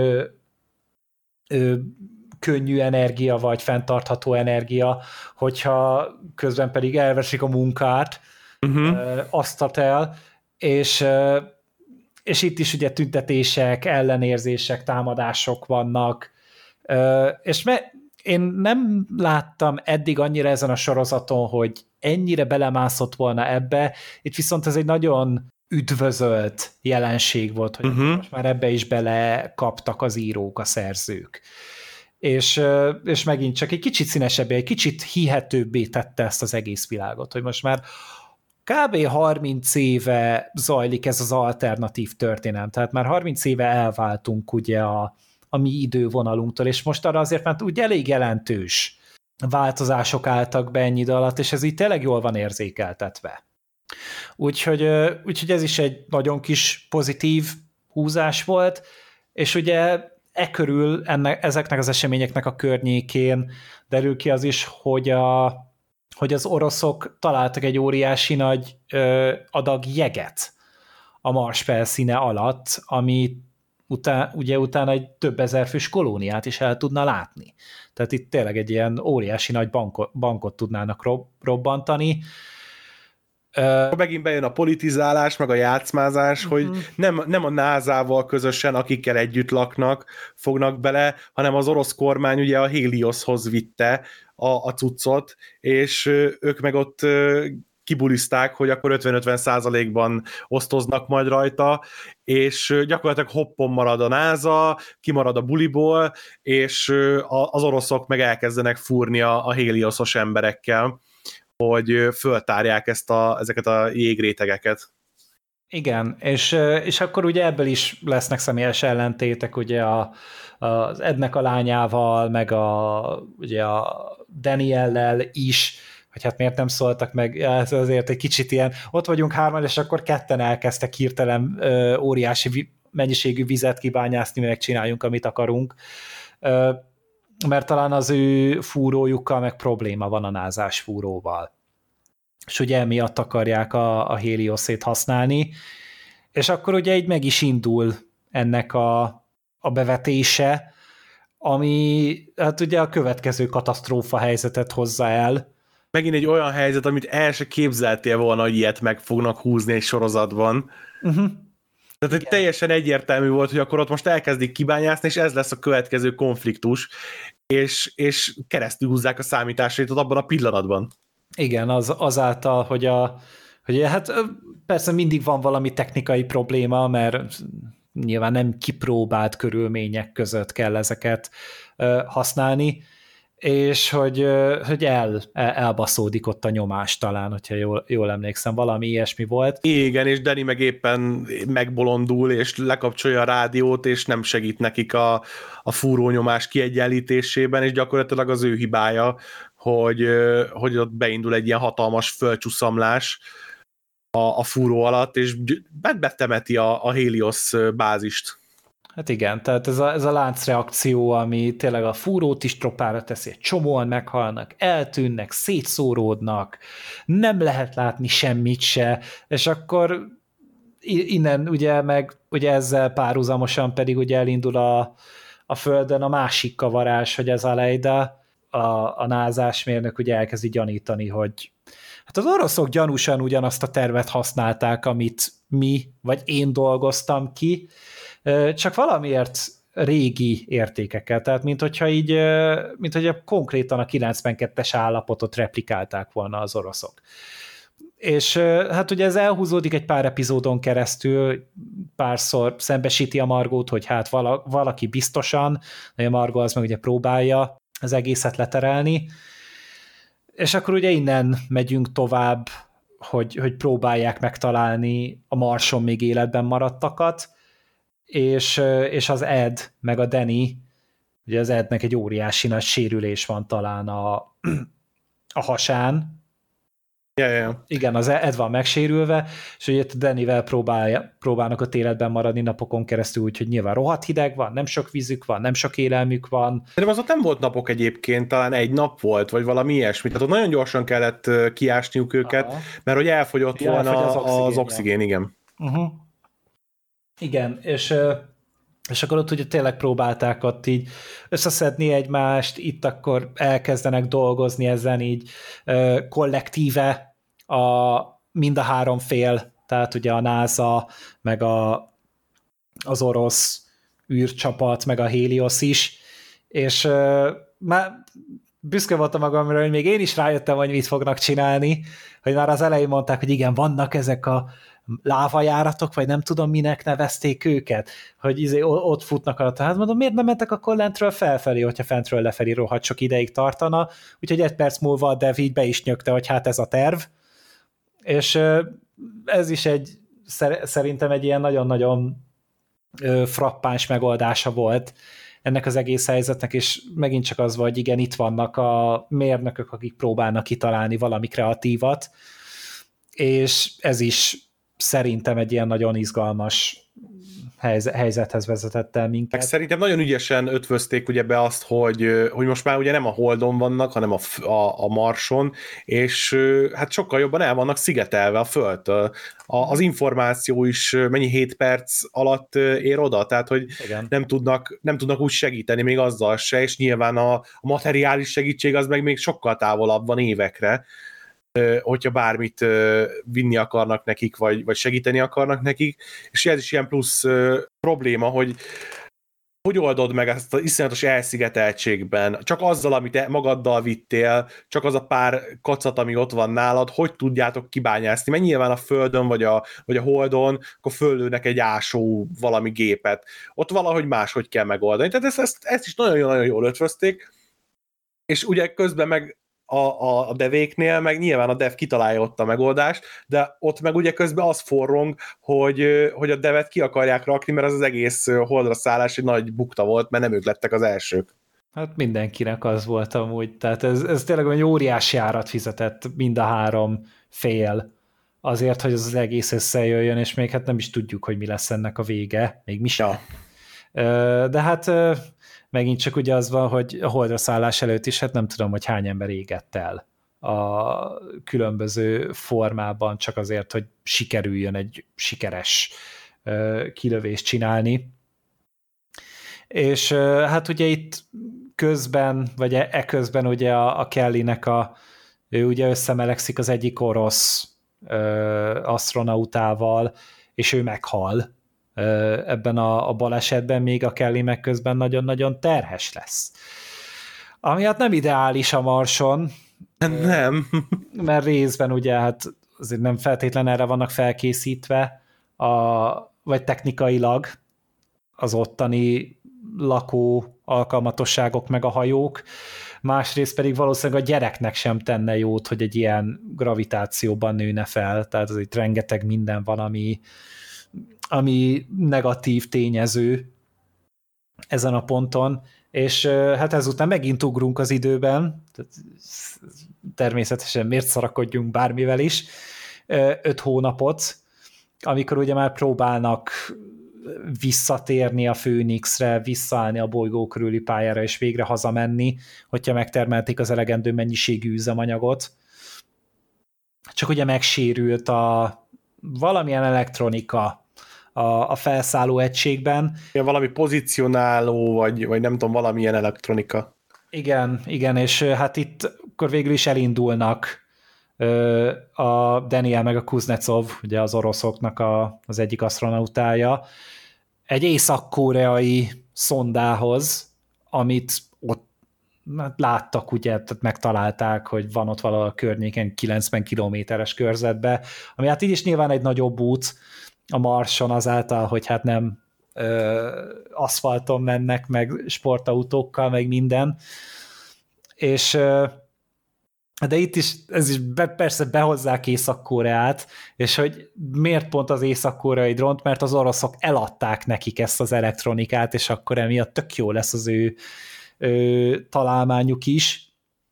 könnyű energia, vagy fenntartható energia, hogyha közben pedig elveszik a munkát, asztalt el, és itt is ugye tüntetések, ellenérzések, támadások vannak, és én nem láttam eddig annyira ezen a sorozaton, hogy ennyire belemászott volna ebbe, itt viszont ez egy nagyon üdvözölt jelenség volt, hogy most már ebbe is belekaptak az írók, a szerzők. És megint csak egy kicsit színesebbé, egy kicsit hihetőbbé tette ezt az egész világot, hogy most már kb. 30 éve zajlik ez az alternatív történelem, tehát már 30 éve elváltunk ugye a mi idővonalunktól, és most arra azért már úgy elég jelentős változások álltak be ennyi idő alatt, és ez így tényleg jól van érzékeltetve. Úgyhogy ez is egy nagyon kis pozitív húzás volt, és ugye körül ezeknek az eseményeknek a környékén derül ki az is, hogy az oroszok találtak egy óriási nagy adag jeget a Mars felszíne alatt, ami utána egy több ezer fős kolóniát is el tudna látni. Tehát itt tényleg egy ilyen óriási nagy bankot tudnának robbantani.
Megint bejön a politizálás, meg a játszmázás, hogy nem a NASA-val közösen, akikkel együtt laknak, fognak bele, hanem az orosz kormány ugye a Helioshoz vitte a cuccot, és ők meg ott kibuliszták, hogy akkor 50-50%-ban osztoznak majd rajta, és gyakorlatilag hoppon marad a NASA, kimarad a buliból, és az oroszok meg elkezdenek fúrni a Heliosos emberekkel, hogy föltárják ezeket a jégrétegeket.
Igen, és akkor ugye ebből is lesznek személyes ellentétek, ugye az Ednek a lányával, meg ugye a Daniellel is, hogy hát miért nem szóltak meg, ez azért egy kicsit ilyen, ott vagyunk hárman, és akkor ketten elkezdtek hirtelen óriási mennyiségű vizet kibányászni, meg csináljunk, amit akarunk, mert talán az ő fúrójukkal meg probléma van a názás fúróval. És ugye emiatt akarják a Heliosét használni, és akkor ugye így meg is indul ennek a bevetése, ami hát ugye a következő katasztrófa helyzetet hozza el.
Megint egy olyan helyzet, amit el se képzeltél volna, hogy ilyet meg fognak húzni egy sorozatban. Tehát hogy teljesen egyértelmű volt, hogy akkor ott most elkezdik kibányászni, és ez lesz a következő konfliktus, és keresztül húzzák a számításaitot abban a pillanatban.
Igen, azáltal, hogy hát persze mindig van valami technikai probléma, mert nyilván nem kipróbált körülmények között kell ezeket használni, és hogy elbaszódik ott a nyomás talán, hogyha jól emlékszem, valami ilyesmi volt.
Igen, és Danny meg éppen megbolondul, és lekapcsolja a rádiót, és nem segít nekik a fúrónyomás kiegyenlítésében, és gyakorlatilag az ő hibája, hogy ott beindul egy ilyen hatalmas földcsúszamlás a fúró alatt, és betemeti a Helios bázist.
Hát igen, tehát ez a láncreakció, ami tényleg a fúrót is tropára teszi, egy csomóan meghalnak, eltűnnek, szétszóródnak, nem lehet látni semmit se, és akkor innen ugye ezzel párhuzamosan pedig ugye elindul a Földön a másik kavarás, hogy ez Aleida, a názás mérnök ugye elkezdi gyanítani, hogy hát az oroszok gyanúsan ugyanazt a tervet használták, amit mi, vagy én dolgoztam ki, csak valamiért régi értékekkel, tehát mint hogyha konkrétan a 92-es állapotot replikálták volna az oroszok. És hát ugye ez elhúzódik egy pár epizódon keresztül, párszor szembesíti a Margót, hogy hát valaki biztosan, de a Margó az meg ugye próbálja az egészet leterelni, és akkor ugye innen megyünk tovább, hogy próbálják megtalálni a Marson még életben maradtakat, és az Ed, meg a Danny, ugye az Ednek egy óriási nagy sérülés van talán a hasán.
Yeah.
Igen, az Ed van megsérülve, és ugye Dannyvel próbálnak ott életben maradni napokon keresztül, úgyhogy nyilván rohadt hideg van, nem sok vízük van, nem sok élelmük van.
De az ott nem volt napok egyébként, talán egy nap volt, vagy valami ilyesmi. Tehát ott nagyon gyorsan kellett kiásniuk őket, mert hogy elfogyott volna az oxigén, igen.
Igen, és akkor ott ugye tényleg próbálták ott így összeszedni egymást, itt akkor elkezdenek dolgozni ezen így kollektíve mind a három fél, tehát ugye a NASA, meg az orosz űrcsapat, meg a Helios is, és már büszke voltam magamra, hogy még én is rájöttem, hogy mit fognak csinálni, hogy már az elején mondták, hogy igen, vannak ezek a lávajáratok, vagy nem tudom, minek nevezték őket, hogy ott futnak alatt. Hát mondom, miért nem mentek akkor lentről felfelé, hogyha fentről lefelé rohadt sok ideig tartana, úgyhogy 1 perc múlva a Dev így be is nyögte, hogy hát ez a terv. És ez is szerintem egy ilyen nagyon-nagyon frappáns megoldása volt ennek az egész helyzetnek, és megint csak az, hogy igen, itt vannak a mérnökök, akik próbálnak kitalálni valami kreatívat, és ez is szerintem egy ilyen nagyon izgalmas helyzethez vezetett el minket.
Meg szerintem nagyon ügyesen ötvözték ugye be azt, hogy most már ugye nem a Holdon vannak, hanem a Marson, és hát sokkal jobban el vannak szigetelve a Földtől. Az információ is mennyi 7 perc alatt ér oda, tehát hogy nem tudnak úgy segíteni még azzal se, és nyilván a materiális segítség az meg még sokkal távolabb van évekre, hogyha bármit vinni akarnak nekik, vagy segíteni akarnak nekik, és ez is ilyen plusz probléma, hogy oldod meg ezt az iszonyatos elszigeteltségben, csak azzal, amit magaddal vittél, csak az a pár kacat, ami ott van nálad, hogy tudjátok kibányászni, mert nyilván a Földön, vagy a Holdon, akkor föllőnek egy ásó valami gépet. Ott valahogy máshogy kell megoldani. Tehát ezt is nagyon-nagyon jól ötvözték, és ugye közben meg a devéknél, meg nyilván a dev kitalálja ott a megoldást, de ott meg ugye közben az forrong, hogy a devet ki akarják rakni, mert az egész Holdra szállás egy nagy bukta volt, mert nem ők lettek az elsők.
Hát mindenkinek az volt amúgy, tehát ez tényleg egy óriási árat fizetett mind a három fél azért, hogy az egész összejöjjön, és még hát nem is tudjuk, hogy mi lesz ennek a vége, még mi sem. Ja. De hát megint csak ugye az van, hogy a Holdra szállás előtt is, hát nem tudom, hogy hány ember égett el a különböző formában, csak azért, hogy sikerüljön egy sikeres kilövést csinálni. És hát ugye itt közben, vagy eközben ugye a Kellynek ő ugye összemelegszik az egyik orosz asztronautával, és ő meghal ebben a balesetben, még a Kelly meg közben nagyon-nagyon terhes lesz. Ami hát nem ideális a Marson.
Nem.
Mert részben ugye hát azért nem feltétlen erre vannak felkészítve, vagy technikailag az ottani lakó alkalmatosságok meg a hajók, másrészt pedig valószínűleg a gyereknek sem tenne jót, hogy egy ilyen gravitációban nőne fel, tehát az itt rengeteg minden van, ami negatív tényező ezen a ponton, és hát ezután megint ugrunk az időben, természetesen miért szarakodjunk bármivel is, 5 hónapot, amikor ugye már próbálnak visszatérni a Főnixre, visszaállni a bolygó körüli pályára, és végre hazamenni, hogyha megtermelték az elegendő mennyiségű üzemanyagot. Csak ugye megsérült valamilyen elektronika a felszálló egységben.
Ja, valami pozicionáló, vagy nem tudom, valamilyen elektronika.
Igen, és hát itt akkor végül is elindulnak a Daniel meg a Kuznecov, ugye az oroszoknak az egyik asztronautája, egy észak-koreai szondához, amit ott láttak, ugye, tehát megtalálták, hogy van ott valahol a környéken 90 kilométeres körzetbe, ami hát így is nyilván egy nagyobb út a Marson azáltal, hogy hát nem aszfalton mennek, meg sportautókkal, meg minden. És de itt is, ez is persze behozzák Észak-Koreát, és hogy miért pont az észak-koreai drónt, mert az oroszok eladták nekik ezt az elektronikát, és akkor emiatt tök jó lesz az ő találmányuk is.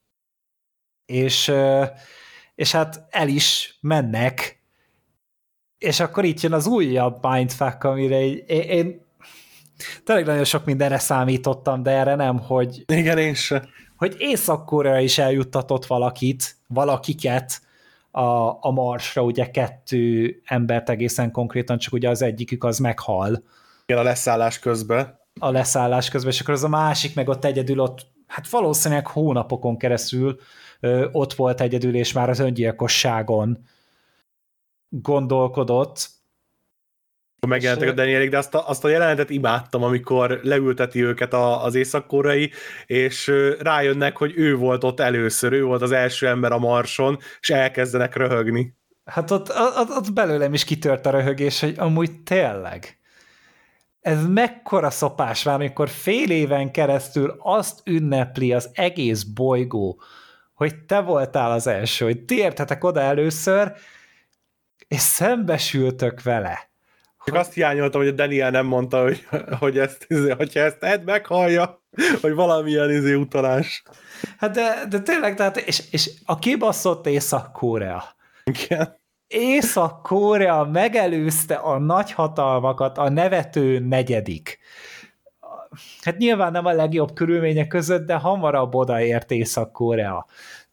És hát el is mennek, és akkor itt jön az újabb mindfuck, amire én tényleg nagyon sok mindenre számítottam, de erre nem, hogy...
Igen, én sem.
Hogy Észak-Korea is eljuttatott valakiket a Marsra, ugye 2 embert egészen konkrétan, csak ugye az egyikük az meghal.
Igen, a leszállás közben.
A leszállás közben, és akkor az a másik meg ott egyedül ott, hát valószínűleg hónapokon keresztül ott volt egyedül, és már az öngyilkosságon gondolkodott.
Megjelentek a Danielik, de azt a jelenetet imádtam, amikor leülteti őket az észak-koreai, és rájönnek, hogy ő volt ott először, ő volt az első ember a Marson, és elkezdenek röhögni.
Hát ott belőlem is kitört a röhögés, hogy amúgy tényleg. Ez mekkora szopás van, amikor fél éven keresztül azt ünnepli az egész bolygó, hogy te voltál az első, hogy ti értetek oda először, és szembesültök vele.
Csak azt hiányoltam, hogy a Daniel nem mondta, hogyha ezt Ed meghallja, hogy valamilyen utalás.
Hát de tényleg, tehát, és a kibaszott Észak-Korea.
Igen.
Észak-Korea megelőzte a nagyhatalmakat, a nevető negyedik. Hát nyilván nem a legjobb körülmények között, de hamarabb odaért Észak-Korea,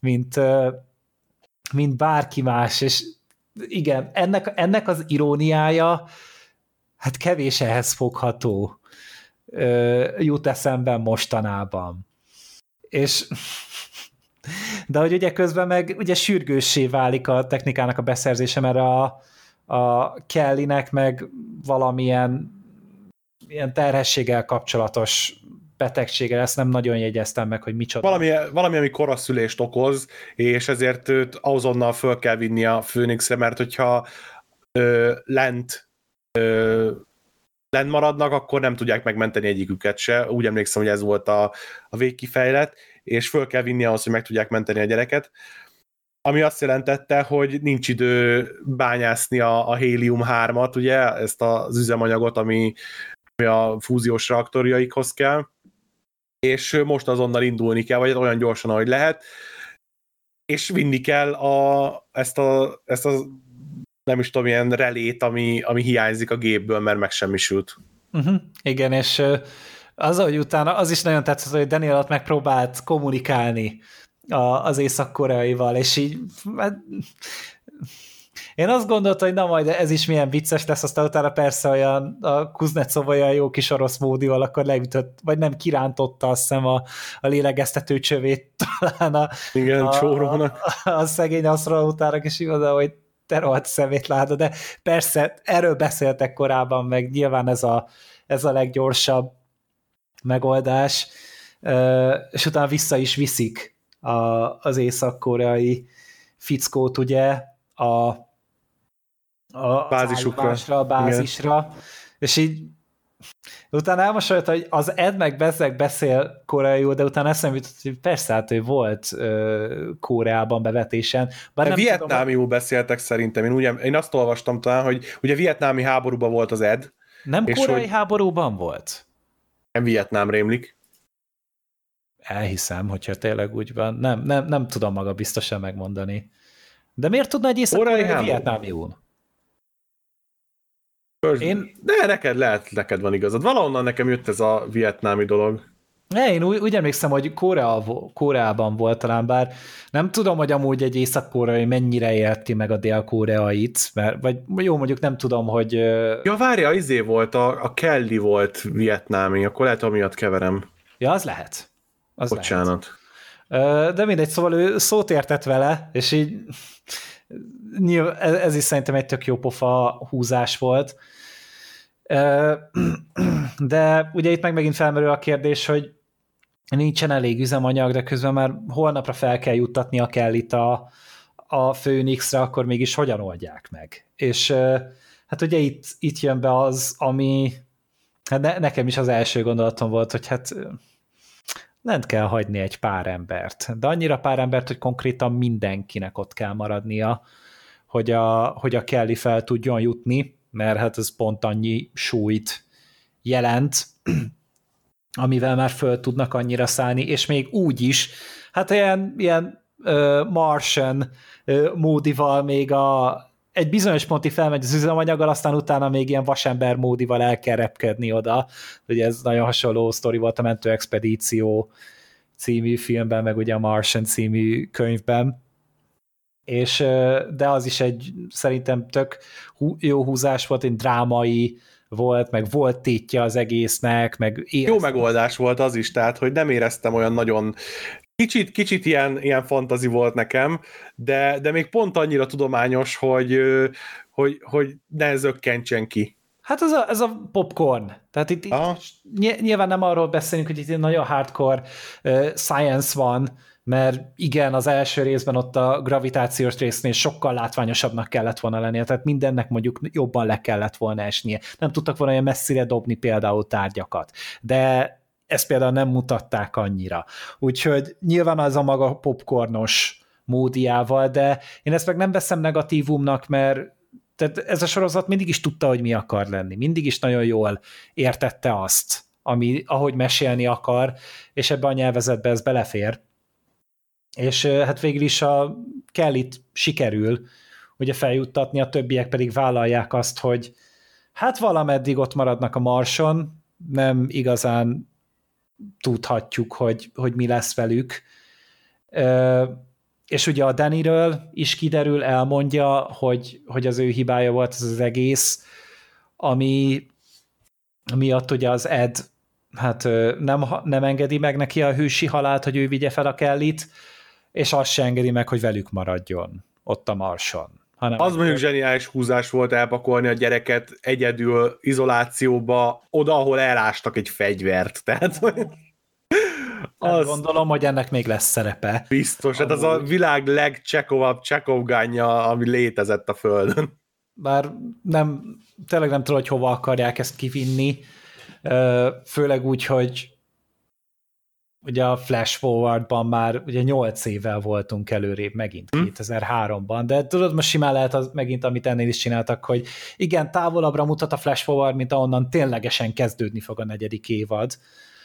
mint bárki más, és igen, ennek az iróniája hát kevés ehhez fogható jut eszemben mostanában. És de hogy ugye közben meg ugye sürgőssé válik a technikának a beszerzése, mert a Kellynek meg valamilyen ilyen terhességgel kapcsolatos betegsége, ezt nem nagyon jegyeztem meg, hogy micsoda.
Valami, ami koraszülést okoz, és ezért őt azonnal föl kell vinni a Phoenixre, mert hogyha lent maradnak, akkor nem tudják megmenteni egyiküket se. Úgy emlékszem, hogy ez volt a végkifejlet, és föl kell vinni ahhoz, hogy meg tudják menteni a gyereket. Ami azt jelentette, hogy nincs idő bányászni a hélium-3-at, ugye, ezt az üzemanyagot, ami a fúziós reaktorjaikhoz kell, és most azonnal indulni kell, vagy olyan gyorsan, ahogy lehet, és vinni kell ezt a nem is tudom, ilyen relét, ami hiányzik a gépből, mert megsemmisült.
Igen, és az, hogy utána, az is nagyon tetszett, hogy Daniel ott megpróbált kommunikálni az észak-koreaival, és így én azt gondoltam, hogy na majd ez is milyen vicces lesz, aztán utána persze olyan a Kuznecov olyan jó kis orosz módival, akkor leütött, vagy nem kirántotta azt hiszem a lélegeztető csövét talán a szegény asztrolautának, és igazán, hogy te rohadt szemétláda, de persze erről beszéltek korábban, meg nyilván ez a leggyorsabb megoldás, és utána vissza is viszik az észak-koreai fickót ugye a
bázisukra,
a bázisra, igen. És így utána elmosolyodta, hogy az Ed meg Bezzeg beszél koreaiul, de utána eszembe jutott, hogy persze, hát ő volt Koreában bevetésen.
De vietnámiul beszéltek szerintem. Én azt olvastam talán, hogy ugye vietnámi háborúban volt az Ed.
Nem koreai háborúban volt?
Nem Vietnám rémlik.
Elhiszem, hogyha tényleg úgy van. Nem tudom maga biztosan megmondani. De miért tudna egy észak-koreai vietnámiul?
De neked van igazad. Valahonnan nekem jött ez a vietnámi dolog.
Én úgy emlékszem, hogy Koreában volt talán, bár nem tudom, hogy amúgy egy észak-koreai mennyire érti meg a dél-koreait, vagy jó, mondjuk nem tudom, hogy...
Ja, várja, volt, a Kelly volt vietnámi, akkor lehet, amiatt keverem.
Ja, az lehet.
Bocsánat.
De mindegy, szóval ő szót értett vele, és így ez is szerintem egy tök jó pofa húzás volt. De ugye itt megint felmerül a kérdés, hogy nincsen elég üzemanyag, de közben már holnapra fel kell juttatni a Kellyt a Phoenixre, akkor mégis hogyan oldják meg? És hát ugye itt jön be az, ami hát nekem is az első gondolatom volt, hogy hát lent kell hagyni egy pár embert, de annyira pár embert, hogy konkrétan mindenkinek ott kell maradnia, hogy a Kelly fel tudjon jutni, mert hát ez pont annyi súlyt jelent, amivel már föl tudnak annyira szállni, és még úgy is, hát ilyen Martian módival még egy bizonyos pontig felmegy az üzemanyaggal, aztán utána még ilyen vasember módival el kell repkedni oda. Ugye ez nagyon hasonló sztori volt a Mentő Expedíció című filmben, meg ugye a Martian című könyvben. És, de az is egy szerintem tök jó húzás volt, egy drámai volt, meg volt tétje az egésznek, meg
jó megoldás volt az is, tehát, hogy nem éreztem olyan nagyon kicsit ilyen fantazi volt nekem, de még pont annyira tudományos, hogy ne zökkentsen ki.
Hát ez a popcorn. Tehát itt nyilván nem arról beszélünk, hogy itt nagyon hardcore science van, mert igen, az első részben ott a gravitációs résznél sokkal látványosabbnak kellett volna lennie, tehát mindennek mondjuk jobban le kellett volna esnie. Nem tudtak volna olyan messzire dobni például tárgyakat. De ezt például nem mutatták annyira. Úgyhogy nyilván az a maga popcornos módiával, de én ezt meg nem veszem negatívumnak, mert tehát ez a sorozat mindig is tudta, hogy mi akar lenni. Mindig is nagyon jól értette azt, ahogy mesélni akar, és ebbe a nyelvezetbe ez belefér. És hát végül is a Kellyt sikerül ugye feljuttatni, a többiek pedig vállalják azt, hogy hát valameddig ott maradnak a Marson, nem igazán tudhatjuk, hogy mi lesz velük. És ugye a Dannyről is kiderül, elmondja, hogy az ő hibája volt ez az egész, ami miatt ugye az Ed hát nem engedi meg neki a hősi halált, hogy ő vigye fel a Kellyt, és azt se engedi meg, hogy velük maradjon ott a Marson.
Az mondjuk zseniális húzás volt elpakolni a gyereket egyedül, izolációba, oda, ahol elástak egy fegyvert. Tehát...
Az... Gondolom, hogy ennek még lesz szerepe.
Biztos, hát az a világ legcsekovabb csekovgánja, ami létezett a Földön.
Bár tényleg nem tudom, hogy hova akarják ezt kivinni, főleg úgy, hogy ugye a Flash Forwardban már ugye 8 évvel voltunk előrébb megint, 2003-ban, de tudod, most simán lehet megint, amit ennél is csináltak, hogy igen, távolabbra mutat a Flash Forward, mint ahonnan ténylegesen kezdődni fog a 4. évad.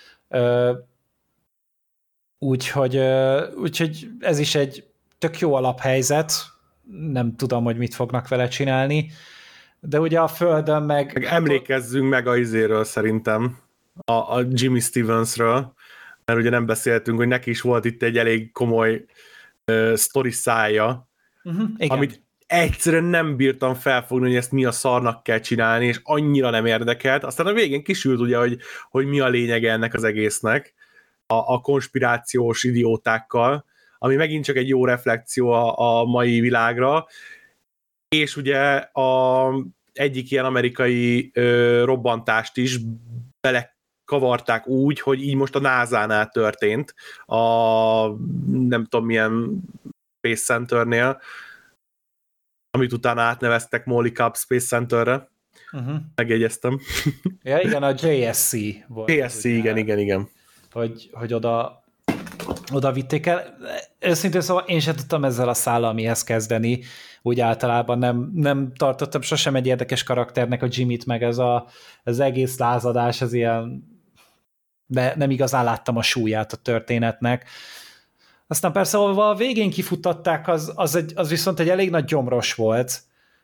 Úgyhogy ez is egy tök jó alaphelyzet, nem tudom, hogy mit fognak vele csinálni, de ugye a Földön meg
emlékezzünk meg a izéről szerintem, a Jimmy Stevensről, mert ugye nem beszéltünk, hogy neki is volt itt egy elég komoly sztori szája, amit egyszerűen nem bírtam felfogni, hogy ezt mi a szarnak kell csinálni, és annyira nem érdekelt. Aztán a végén kisült ugye, hogy mi a lényege ennek az egésznek, a konspirációs idiótákkal, ami megint csak egy jó reflekció a mai világra, és ugye egyik ilyen amerikai robbantást is belekavarták úgy, hogy így most a NASA-nál történt, a nem tudom milyen Space Centernél, amit utána átneveztek Molly Cup Space Centerre. Megjegyeztem.
Ja, igen, a JSC volt.
JSC, igen.
Hogy oda vitték el. Őszintén szóval én sem tudtam ezzel a szállal mihez kezdeni, úgy általában nem tartottam sosem egy érdekes karakternek a Jimmyt, meg az egész lázadás, az ilyen, de nem igazán láttam a súlyát a történetnek. Aztán persze, ahol a végén kifuttatták, az viszont egy elég nagy gyomros volt.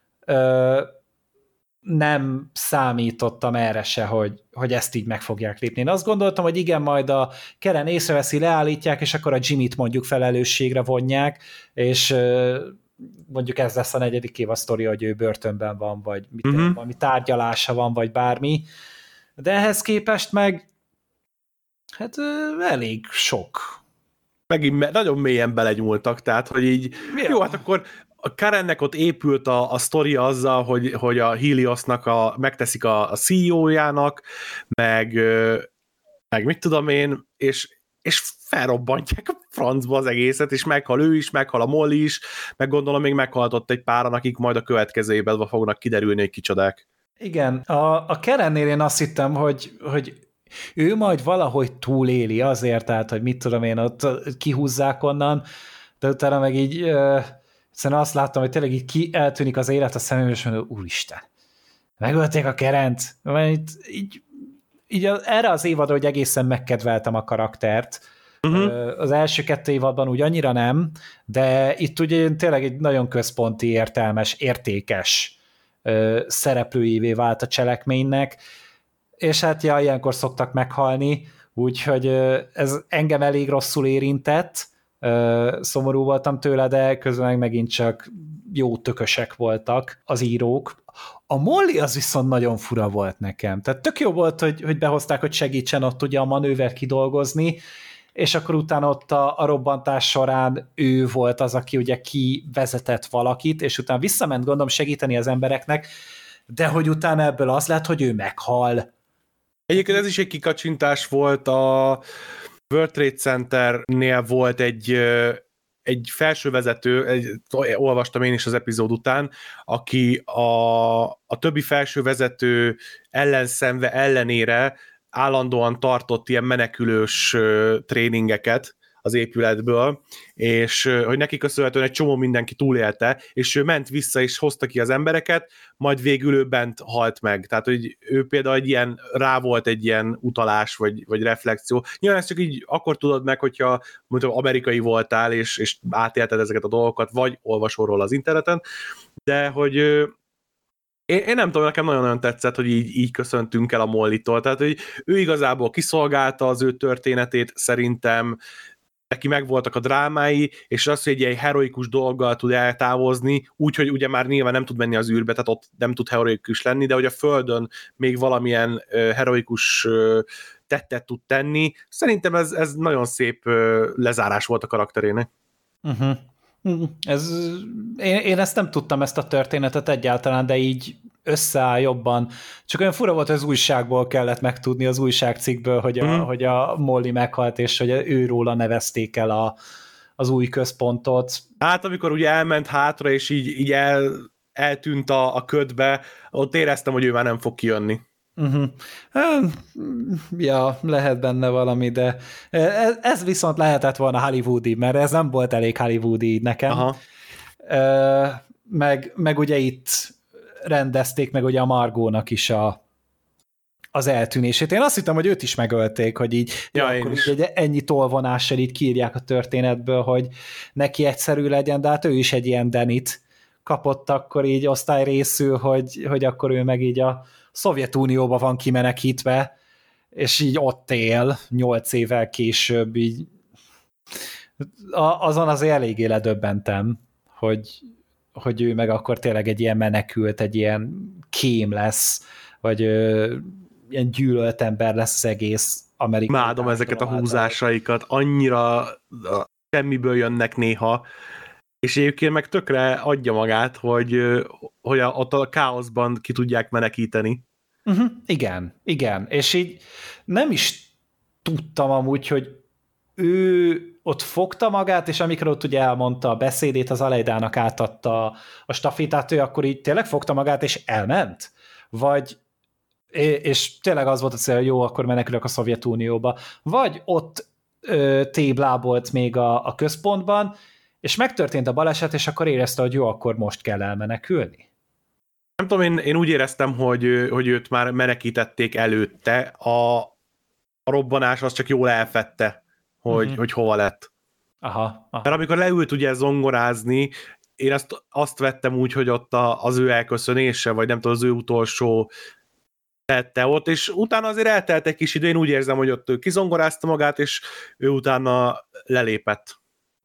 Nem számítottam erre se, hogy ezt így meg fogják lépni. Én azt gondoltam, hogy igen, majd a Karen észreveszi, leállítják, és akkor a Jimmyt mondjuk felelősségre vonják, és mondjuk ez lesz a 4. év a sztori, hogy ő börtönben van, vagy valami tárgyalása van, vagy bármi. De ehhez képest meg hát elég sok.
Megint nagyon mélyen belenyúltak, tehát, hogy így jó, hát akkor a Karennek ott épült a sztoria azzal, hogy a Heliosnak megteszik a CEO-jának, meg mit tudom én, és felrobbantják a francba az egészet, és meghal ő is, meghal a Molly is, meg gondolom még meghalt ott egy páran, akik majd a következő évben fognak kiderülni, hogy kicsodák.
Igen, a Karennél én azt hittem, hogy ő majd valahogy túléli azért, tehát, hogy mit tudom én, ott kihúzzák onnan, de utána meg így szerintem azt láttam, hogy tényleg így eltűnik az élet a szemem, és mondom, úristen, megölték a Kerent, mert így erre az évadra, hogy egészen megkedveltem a karaktert. Az első 2 évadban úgy annyira nem, de itt ugye tényleg egy nagyon központi, értelmes, értékes szereplőjévé vált a cselekménynek, és hát ja, ilyenkor szoktak meghalni, úgyhogy ez engem elég rosszul érintett, szomorú voltam tőle, de közben meg megint csak jó tökösek voltak az írók. A Molly az viszont nagyon fura volt nekem. Tehát tök jó volt, hogy behozták, hogy segítsen ott ugye a manővert kidolgozni, és akkor utána ott a robbantás során ő volt az, aki ugye kivezetett valakit, és utána visszament, gondolom, segíteni az embereknek, de hogy utána ebből az lett, hogy ő meghal.
Egyébként ez is egy kikacsintás volt, a World Trade Centernél volt egy felsővezető, olvastam én is az epizód után, aki a többi felsővezető ellenszenve ellenére állandóan tartott ilyen menekülős tréningeket az épületből, és hogy neki köszönhetően egy csomó mindenki túlélte, és ő ment vissza, és hozta ki az embereket, majd végül ő bent halt meg. Tehát, hogy ő például rá volt egy ilyen utalás, vagy reflexió. Nyilván ezt csak így akkor tudod meg, hogyha mondjuk amerikai voltál, és átélted ezeket a dolgokat, vagy olvasol róla az interneten, de hogy én nem tudom, nekem nagyon-nagyon tetszett, hogy így köszöntünk el a Mollytól, tehát hogy ő igazából kiszolgálta az ő történetét, szerintem neki megvoltak a drámái, és az, hogy egy ilyen heroikus dolggal tud eltávozni, úgyhogy ugye már nyilván nem tud menni az űrbe, tehát ott nem tud heroikus lenni, de hogy a Földön még valamilyen heroikus tettet tud tenni, szerintem ez nagyon szép lezárás volt a karakterének.
Uh-huh. Én ezt nem tudtam, ezt a történetet egyáltalán, de így összeáll jobban. Csak olyan fura volt, hogy az újságból kellett megtudni, az újságcikkből, hogy a Molly meghalt, és hogy őróla nevezték el az új központot.
Hát amikor ugye elment hátra, és így eltűnt a ködbe, ott éreztem, hogy ő már nem fog kijönni.
Uh-huh. Ja, lehet benne valami, de ez viszont lehetett volna hollywoodi, mert ez nem volt elég hollywoodi nekem.
Aha.
Meg ugye itt rendezték meg ugye a Margónak is az eltűnését. Én azt hittem, hogy őt is megölték, hogy így, akkor így ennyi tolvonással így kiírják a történetből, hogy neki egyszerű legyen, de hát ő is egy ilyen Denit kapott akkor így osztályrészül, hogy akkor ő meg így a Szovjetunióba van kimenekítve, és így ott él 8 évvel később, így azon azért eléggé ledöbbentem, hogy ő meg akkor tényleg egy ilyen menekült, egy ilyen kém lesz, vagy ilyen gyűlölt ember lesz az egész amerikai.
Imádom ezeket a húzásaikat, annyira semmiből jönnek néha, és egyébként meg tökre adja magát, hogy ott a káoszban ki tudják menekíteni.
Igen, és így nem is tudtam amúgy, hogy ő ott fogta magát, és amikor ott ugye elmondta a beszédét, az Aleidának átadta a stafétát, ő akkor így tényleg fogta magát, és elment? Vagy, és tényleg az volt a cél, hogy jó, akkor menekülök a Szovjetunióba. Vagy ott téblábolt még a központban, és megtörtént a baleset, és akkor érezte, hogy jó, akkor most kell elmenekülni.
Nem tudom, én úgy éreztem, hogy őt már menekítették előtte, a robbanás az csak jól elfette, hogy hova lett.
Aha.
Mert amikor leült ugye zongorázni, én azt vettem úgy, hogy ott az ő elköszönése, vagy nem tudom, az ő utolsó tette ott, és utána azért eltelt egy kis idő, én úgy érzem, hogy ott ő kizongorázta magát, és ő utána lelépett.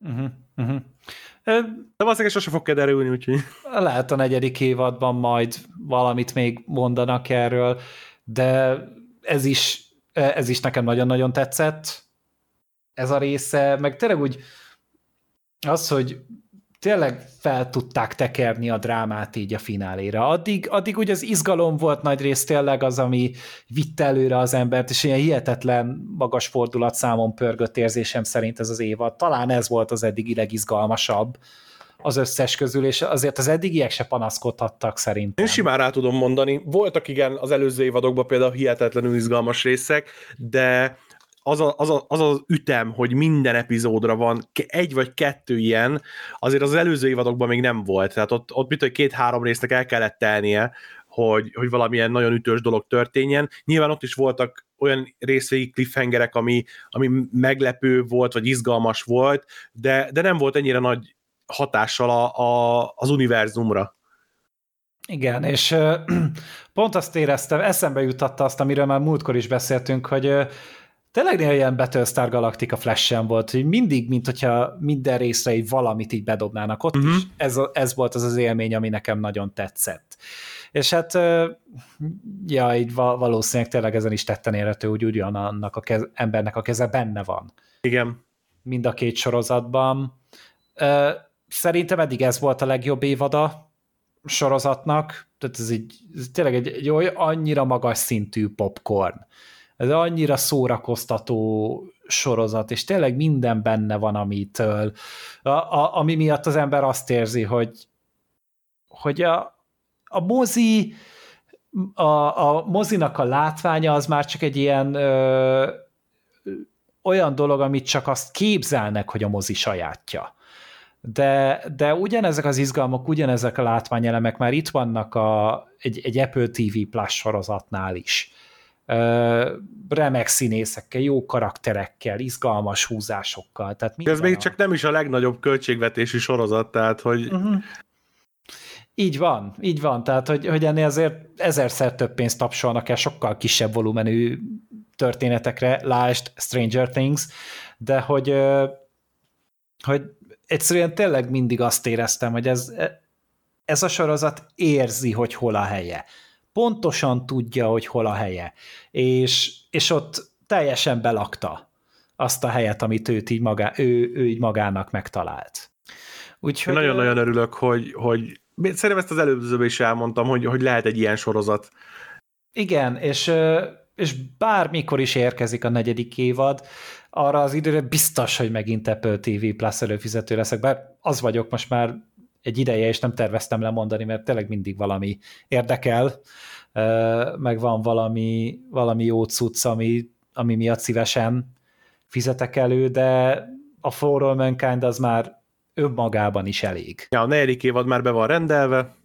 De valószínűleg sose fog kiderülni, úgyhogy...
Lehet a 4. évadban majd valamit még mondanak erről, de ez is nekem nagyon-nagyon tetszett, ez a része, meg tényleg úgy az, hogy tényleg fel tudták tekerni a drámát így a fináléra. Addig ugye az izgalom volt nagyrészt tényleg az, ami vitte előre az embert, és ilyen hihetetlen magas fordulatszámon pörgött érzésem szerint ez az évad. Talán ez volt az eddigi legizgalmasabb az összes közül, és azért az eddigiek se panaszkodhattak szerintem.
Én simán rá tudom mondani. Voltak igen az előző évadokban például hihetetlenül izgalmas részek, de az ütem, hogy minden epizódra van egy vagy kettő ilyen, azért az előző évadokban még nem volt. Tehát ott mit, hogy 2-3 résznek el kellett telnie, hogy valamilyen nagyon ütős dolog történjen. Nyilván ott is voltak olyan részvégi cliffhangerek, ami meglepő volt, vagy izgalmas volt, de nem volt ennyire nagy hatással az univerzumra.
Igen, és pont azt éreztem, eszembe jutatta azt, amiről már múltkor is beszéltünk, hogy tényleg ilyen Battlestar Galactica Flash-en volt, hogy mindig, mint hogyha minden részre így valamit így bedobnának. Ott is ez volt az élmény, ami nekem nagyon tetszett. És hát, ja, így valószínűleg tényleg ezen is tetten érhető, hogy ugyanannak embernek a keze benne van.
Igen.
Mind a két sorozatban. Szerintem eddig ez volt a legjobb évada sorozatnak, tehát ez tényleg egy annyira magas szintű popcorn. Ez annyira szórakoztató sorozat, és tényleg minden benne van, amitől, ami miatt az ember azt érzi, hogy a mozi, a mozinak a látványa az már csak egy ilyen olyan dolog, amit csak azt képzelnek, hogy a mozi sajátja. De ugyanezek az izgalmak, ugyanezek a látványelemek már itt vannak egy Apple TV Plus sorozatnál is. Remek színészekkel, jó karakterekkel, izgalmas húzásokkal. Tehát
ez még csak nem is a legnagyobb költségvetési sorozat, tehát hogy...
Így van, tehát hogy ennél azért ezerszer több pénzt tapsolnak el sokkal kisebb volumenű történetekre, lásd Stranger Things, de hogy egyszerűen tényleg mindig azt éreztem, hogy ez a sorozat érzi, hogy hol a helye. Pontosan tudja, hogy hol a helye. És ott teljesen belakta azt a helyet, amit ő így magának megtalált. Úgyhogy
nagyon-nagyon örülök, hogy szerintem ezt az előzőben is elmondtam, hogy lehet egy ilyen sorozat.
Igen, és bármikor is érkezik a 4. évad, arra az időre biztos, hogy megint Apple TV Plus előfizető leszek, bár az vagyok most már egy ideje, és nem terveztem lemondani, mert tényleg mindig valami érdekel, meg van valami jó cucc, ami miatt szívesen fizetek elő, de a For All Mankind az már önmagában is elég.
Ja, a 4. évad már be van rendelve.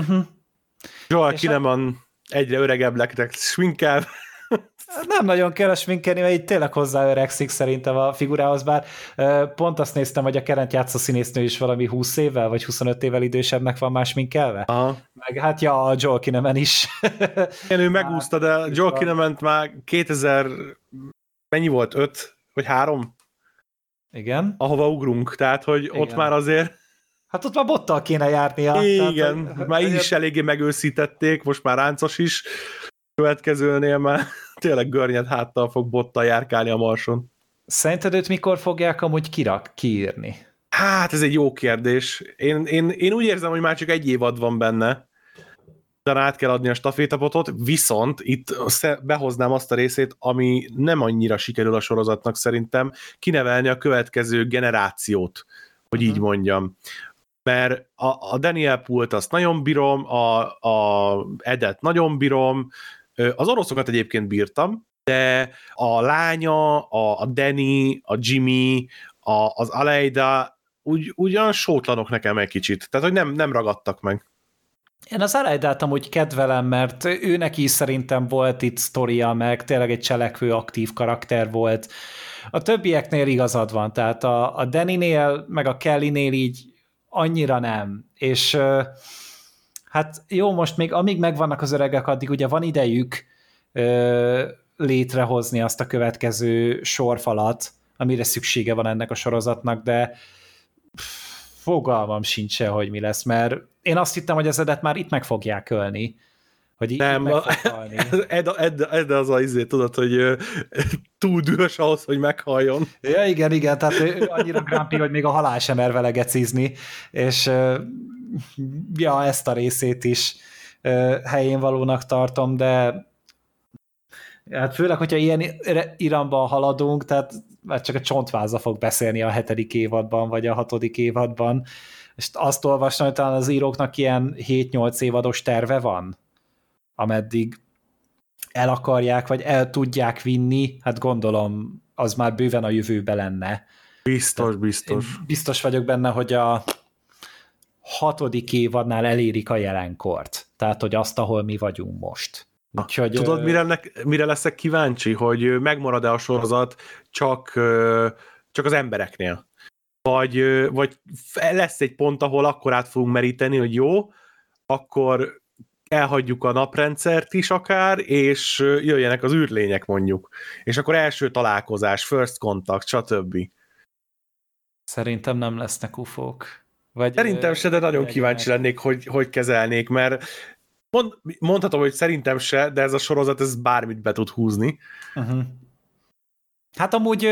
Joel Kinnaman egyre öregebb lett sminkel.
Nem nagyon kell sminkelni, mert így tényleg hozzáöregszik szerintem a figurához, bár pont azt néztem, hogy a Kerent játszó színésznő is valami 20 évvel, vagy 25 évvel idősebbnek van már sminkelve.
Aha.
Meg hát ja, a Joel Kinnaman is.
Igen, ő megúszta, de Joel Kinnaman már 2000, mennyi volt, 5 vagy 3?
Igen.
Ahova ugrunk, tehát hogy igen. Ott már azért...
Hát ott már bottal kéne járnia.
Igen, tehát, már így is eléggé megőszítették, most már ráncos is. Következőnél már tényleg görnyed háttal fog bottal járkálni a Marson.
Szerinted őt mikor fogják amúgy kiírni?
Hát ez egy jó kérdés. Én úgy érzem, hogy már csak egy évad van benne, de át kell adni a stafétapotot, viszont itt behoznám azt a részét, ami nem annyira sikerül a sorozatnak szerintem, kinevelni a következő generációt, hogy így mondjam. Mert a Daniel Pult azt nagyon bírom, a Edet nagyon bírom, az oroszokat egyébként bírtam, de a lánya, a Danny, a Jimmy, az Aleida ugyan sótlanok nekem egy kicsit, tehát hogy nem ragadtak meg.
Én az Aleidát amúgy kedvelem, mert őnek is szerintem volt itt sztoria, meg tényleg egy cselekvő, aktív karakter volt. A többieknél igazad van, tehát a Danny-nél, meg a Kelly-nél így annyira nem. És hát jó, most még amíg megvannak az öregek, addig ugye van idejük létrehozni azt a következő sorfalat, amire szüksége van ennek a sorozatnak, de fogalmam sincs se, hogy mi lesz, mert én azt hittem, hogy az Edet már itt meg fogják ölni, hogy itt
Nem,
meg fog halni.
Ed az a tudod, hogy túl dühös ahhoz, hogy meghalljon.
Ja, igen, tehát ő annyira grumpy, hogy még a halál sem mer vele gecizni, és ja, ezt a részét is helyén valónak tartom, de hát főleg, hogyha ilyen iramban haladunk, tehát már csak a csontváza fog beszélni a 7. évadban, vagy a 6. évadban, és azt olvastam, hogy talán az íróknak ilyen 7-8 évados terve van, ameddig el akarják, vagy el tudják vinni, hát gondolom, az már bőven a jövőbe lenne.
Biztos.
Én biztos vagyok benne, hogy a 6. évadnál elérik a jelenkort. Tehát, hogy azt, ahol mi vagyunk most. Úgyhogy,
tudod, mire leszek kíváncsi? Hogy megmarad-e a sorozat csak az embereknél? Vagy lesz egy pont, ahol akkor át fogunk meríteni, hogy jó, akkor elhagyjuk a naprendszert is akár, és jöjjenek az űrlények mondjuk. És akkor első találkozás, first contact, stb.
Szerintem nem lesznek ufók.
Szerintem se, de nagyon kíváncsi lennék, hogy kezelnék, mert mondhatom, hogy szerintem se, de ez a sorozat ez bármit be tud húzni.
Uh-huh. Hát amúgy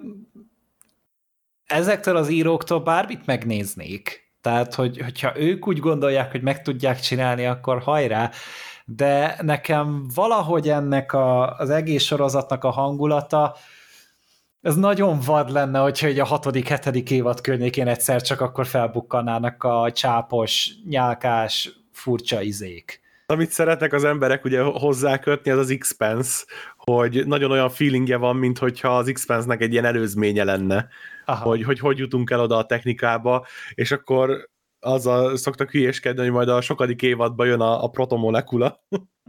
ezektől az íróktól bármit megnéznék. Tehát, hogyha ők úgy gondolják, hogy meg tudják csinálni, akkor hajrá, de nekem valahogy ennek az egész sorozatnak a hangulata, ez nagyon vad lenne, hogyha a 6.-7. évad környékén egyszer csak akkor felbukkanának a csápos, nyálkás, furcsa izék.
Amit szeretnek az emberek ugye hozzákötni, az Expanse, hogy nagyon olyan feelingje van, mint hogyha az Expanse-nek egy ilyen előzménye lenne, hogy jutunk el oda a technikába, és akkor azzal szoktak hülyéskedni, hogy majd a sokadik évadban jön a protomolekula.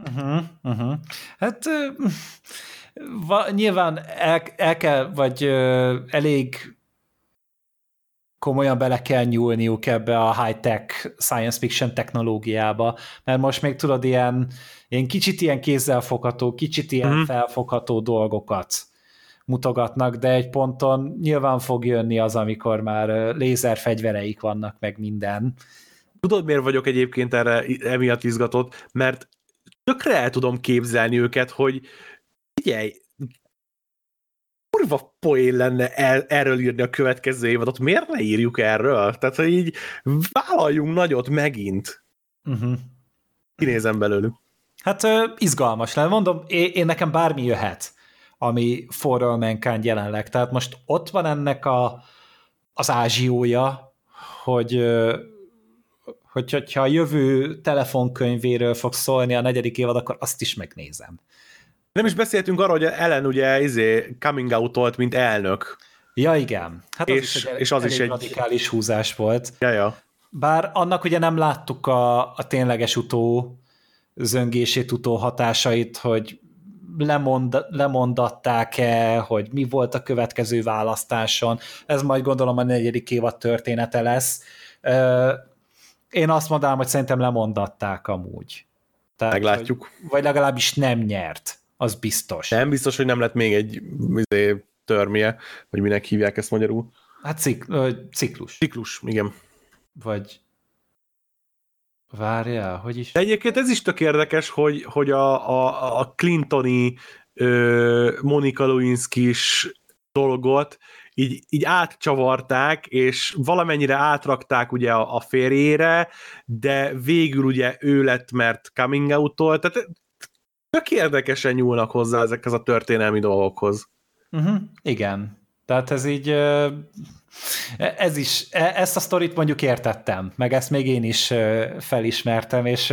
Hát nyilván el kell, vagy elég komolyan bele kell nyúlniuk ebbe a high-tech science fiction technológiába, mert most még tudod, ilyen kicsit ilyen kézzelfogható, kicsit ilyen felfogható dolgokat mutogatnak, de egy ponton nyilván fog jönni az, amikor már lézerfegyvereik vannak, meg minden.
Tudod, miért vagyok egyébként emiatt izgatott? Mert tökre el tudom képzelni őket, hogy figyelj, kurva poén lenne erről írni a következő évadot, miért ne írjuk erről? Tehát, hogy így vállaljunk nagyot megint. Kinézem belőlük.
Hát izgalmas lenne. Mondom, én nekem bármi jöhet, ami For All Mankind jelenleg. Tehát most ott van ennek az ázsiója, hogyha a jövő telefonkönyvéről fog szólni a 4. évad, akkor azt is megnézem.
Nem is beszéltünk arról, hogy Ellen ugye coming out-olt, mint elnök.
Ja, igen. Hát az is egy radikális húzás volt.
Ja.
Bár annak ugye nem láttuk a tényleges zöngését, hatásait, hogy lemondatták-e, hogy mi volt a következő választáson. Ez majd gondolom a 4. évad története lesz. Én azt mondanám, hogy szerintem lemondatták amúgy. Tehát,
meglátjuk.
Vagy legalábbis nem nyert. Az biztos.
Nem biztos, hogy nem lett még egy törmje, vagy minek hívják ezt magyarul.
Hát ciklus.
Ciklus, igen.
Vagy várjál, hogy is?
De egyébként ez is tök érdekes, hogy a Clintoni Monica Lewinsky-s dolgot így átcsavarták, és valamennyire átrakták ugye a férjére, de végül ugye ő lett, mert coming out-tól, tehát tök érdekesen nyúlnak hozzá ezekhez a történelmi dolgokhoz.
Igen. Tehát ez így ezt a sztorit mondjuk értettem, meg ezt még én is felismertem, és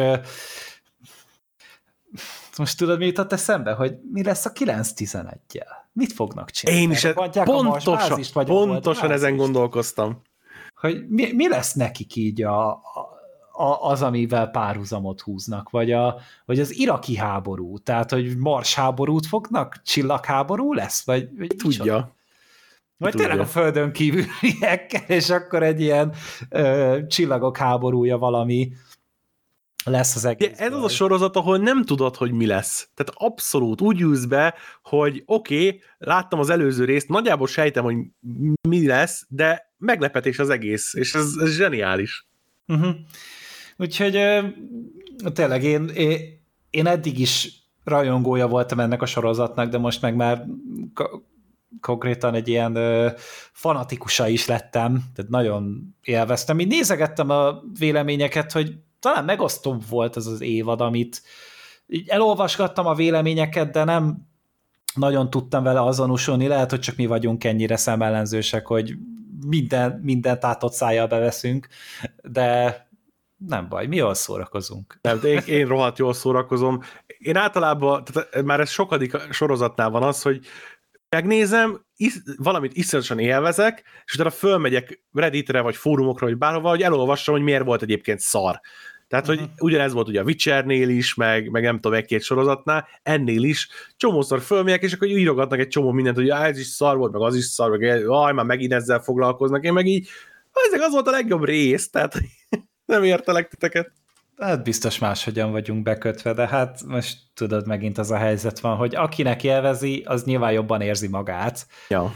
most tudod, mi jutott eszembe, hogy mi lesz a 9-11-jel? Mit fognak csinálni?
Én is pontosan ezen gondolkoztam.
Hogy mi lesz nekik így az, amivel párhuzamot húznak, vagy az iraki háború, tehát, hogy Mars háborút fognak, csillagháború lesz, vagy
tudja.
Vagy tényleg a földön kívüliekkel, és akkor egy ilyen csillagok háborúja valami lesz az egész.
Ez az a sorozat, ahol nem tudod, hogy mi lesz. Tehát abszolút úgy ülsz be, hogy oké, láttam az előző részt, nagyjából sejtem, hogy mi lesz, de meglepetés az egész, és ez zseniális.
Úgyhogy tényleg én eddig is rajongója voltam ennek a sorozatnak, de most meg már konkrétan egy ilyen fanatikusa is lettem, tehát nagyon élveztem. Így nézegettem a véleményeket, hogy talán megosztóbb volt ez az évad, amit így elolvasgattam a véleményeket, de nem nagyon tudtam vele azonosulni, lehet, hogy csak mi vagyunk ennyire szemellenzősek, hogy mindent átott szájjal beveszünk, de nem baj, mi jól szórakozunk.
Nem, én rohadt jól szórakozom. Én általában, tehát már ez sokadik sorozatnál van az, hogy megnézem, valamit iszonyatosan élvezek, és utána fölmegyek Redditre, vagy fórumokra, vagy bárhova, hogy elolvassam, hogy miért volt egyébként szar. Tehát, hogy ugyanez volt ugye a Witchernél is, meg nem tudom, egy-két sorozatnál, ennél is, csomószor fölmegyek, és akkor írogatnak egy csomó mindent, hogy ez is szar volt, meg az is szar, meg már megint ezzel foglalkoznak, én meg így, ezek az volt a legjobb rész, tehát nem értelek titeket.
Hát biztos máshogyan vagyunk bekötve, de hát most tudod, megint az a helyzet van, hogy akinek élvezi, az nyilván jobban érzi magát.
Ja.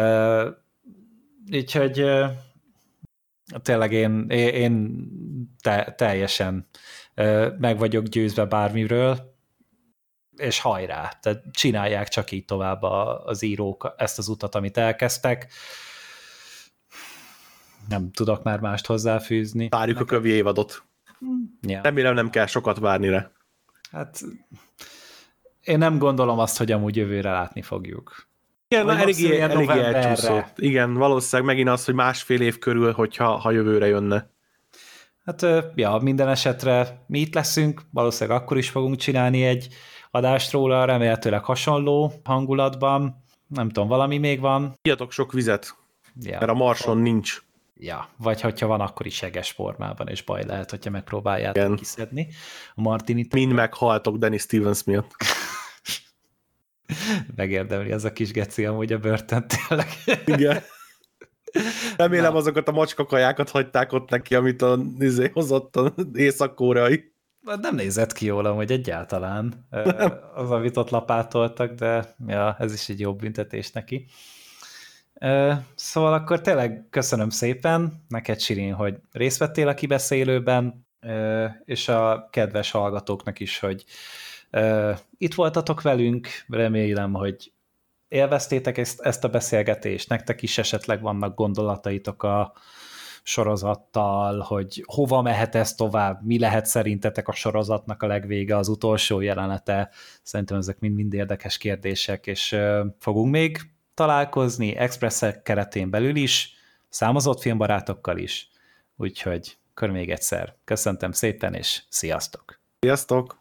Úgyhogy tényleg én teljesen meg vagyok győzve bármiről, és hajrá, tehát csinálják csak így tovább az írók ezt az utat, amit elkezdtek. Nem tudok már mást hozzáfűzni.
Várjuk a kövi évadot.
Ja.
Remélem nem kell sokat várni rá.
Hát én nem gondolom azt, hogy amúgy jövőre látni fogjuk.
Igen, eléggé elcsúszott. Igen, valószínűleg megint az, hogy másfél év körül, ha jövőre jönne.
Hát ja, minden esetre mi itt leszünk, valószínűleg akkor is fogunk csinálni egy adást róla, remélhetőleg hasonló hangulatban. Nem tudom, valami még van?
Ijatok sok vizet,
ja.
Mert a Marson nincs.
Ja, vagy hogyha van, akkor is jeges formában, és baj lehet, hogyha megpróbáljátok kiszedni a martinit.
Mind meghaltok Dennis Stevens miatt.
Megérdemli ez a kis geci amúgy a börtön tényleg.
Igen. Remélem azokat a macskakajákat hagyták ott neki, amit hozott az észak-koreai.
Nem nézett ki jól amúgy egyáltalán az, amit ott lapátoltak, de ja, ez is egy jobb büntetés neki. Szóval akkor tényleg köszönöm szépen neked, Sirin, hogy részt vettél a kibeszélőben, és a kedves hallgatóknak is, hogy itt voltatok velünk, remélem, hogy élveztétek ezt a beszélgetést, nektek is esetleg vannak gondolataitok a sorozattal, hogy hova mehet ez tovább, mi lehet szerintetek a sorozatnak a legvége, az utolsó jelenete, szerintem ezek mind érdekes kérdések, és fogunk még találkozni Expressek keretén belül is, számozott filmbarátokkal is, úgyhogy akkor még egyszer köszöntem szépen, és sziasztok!
Sziasztok!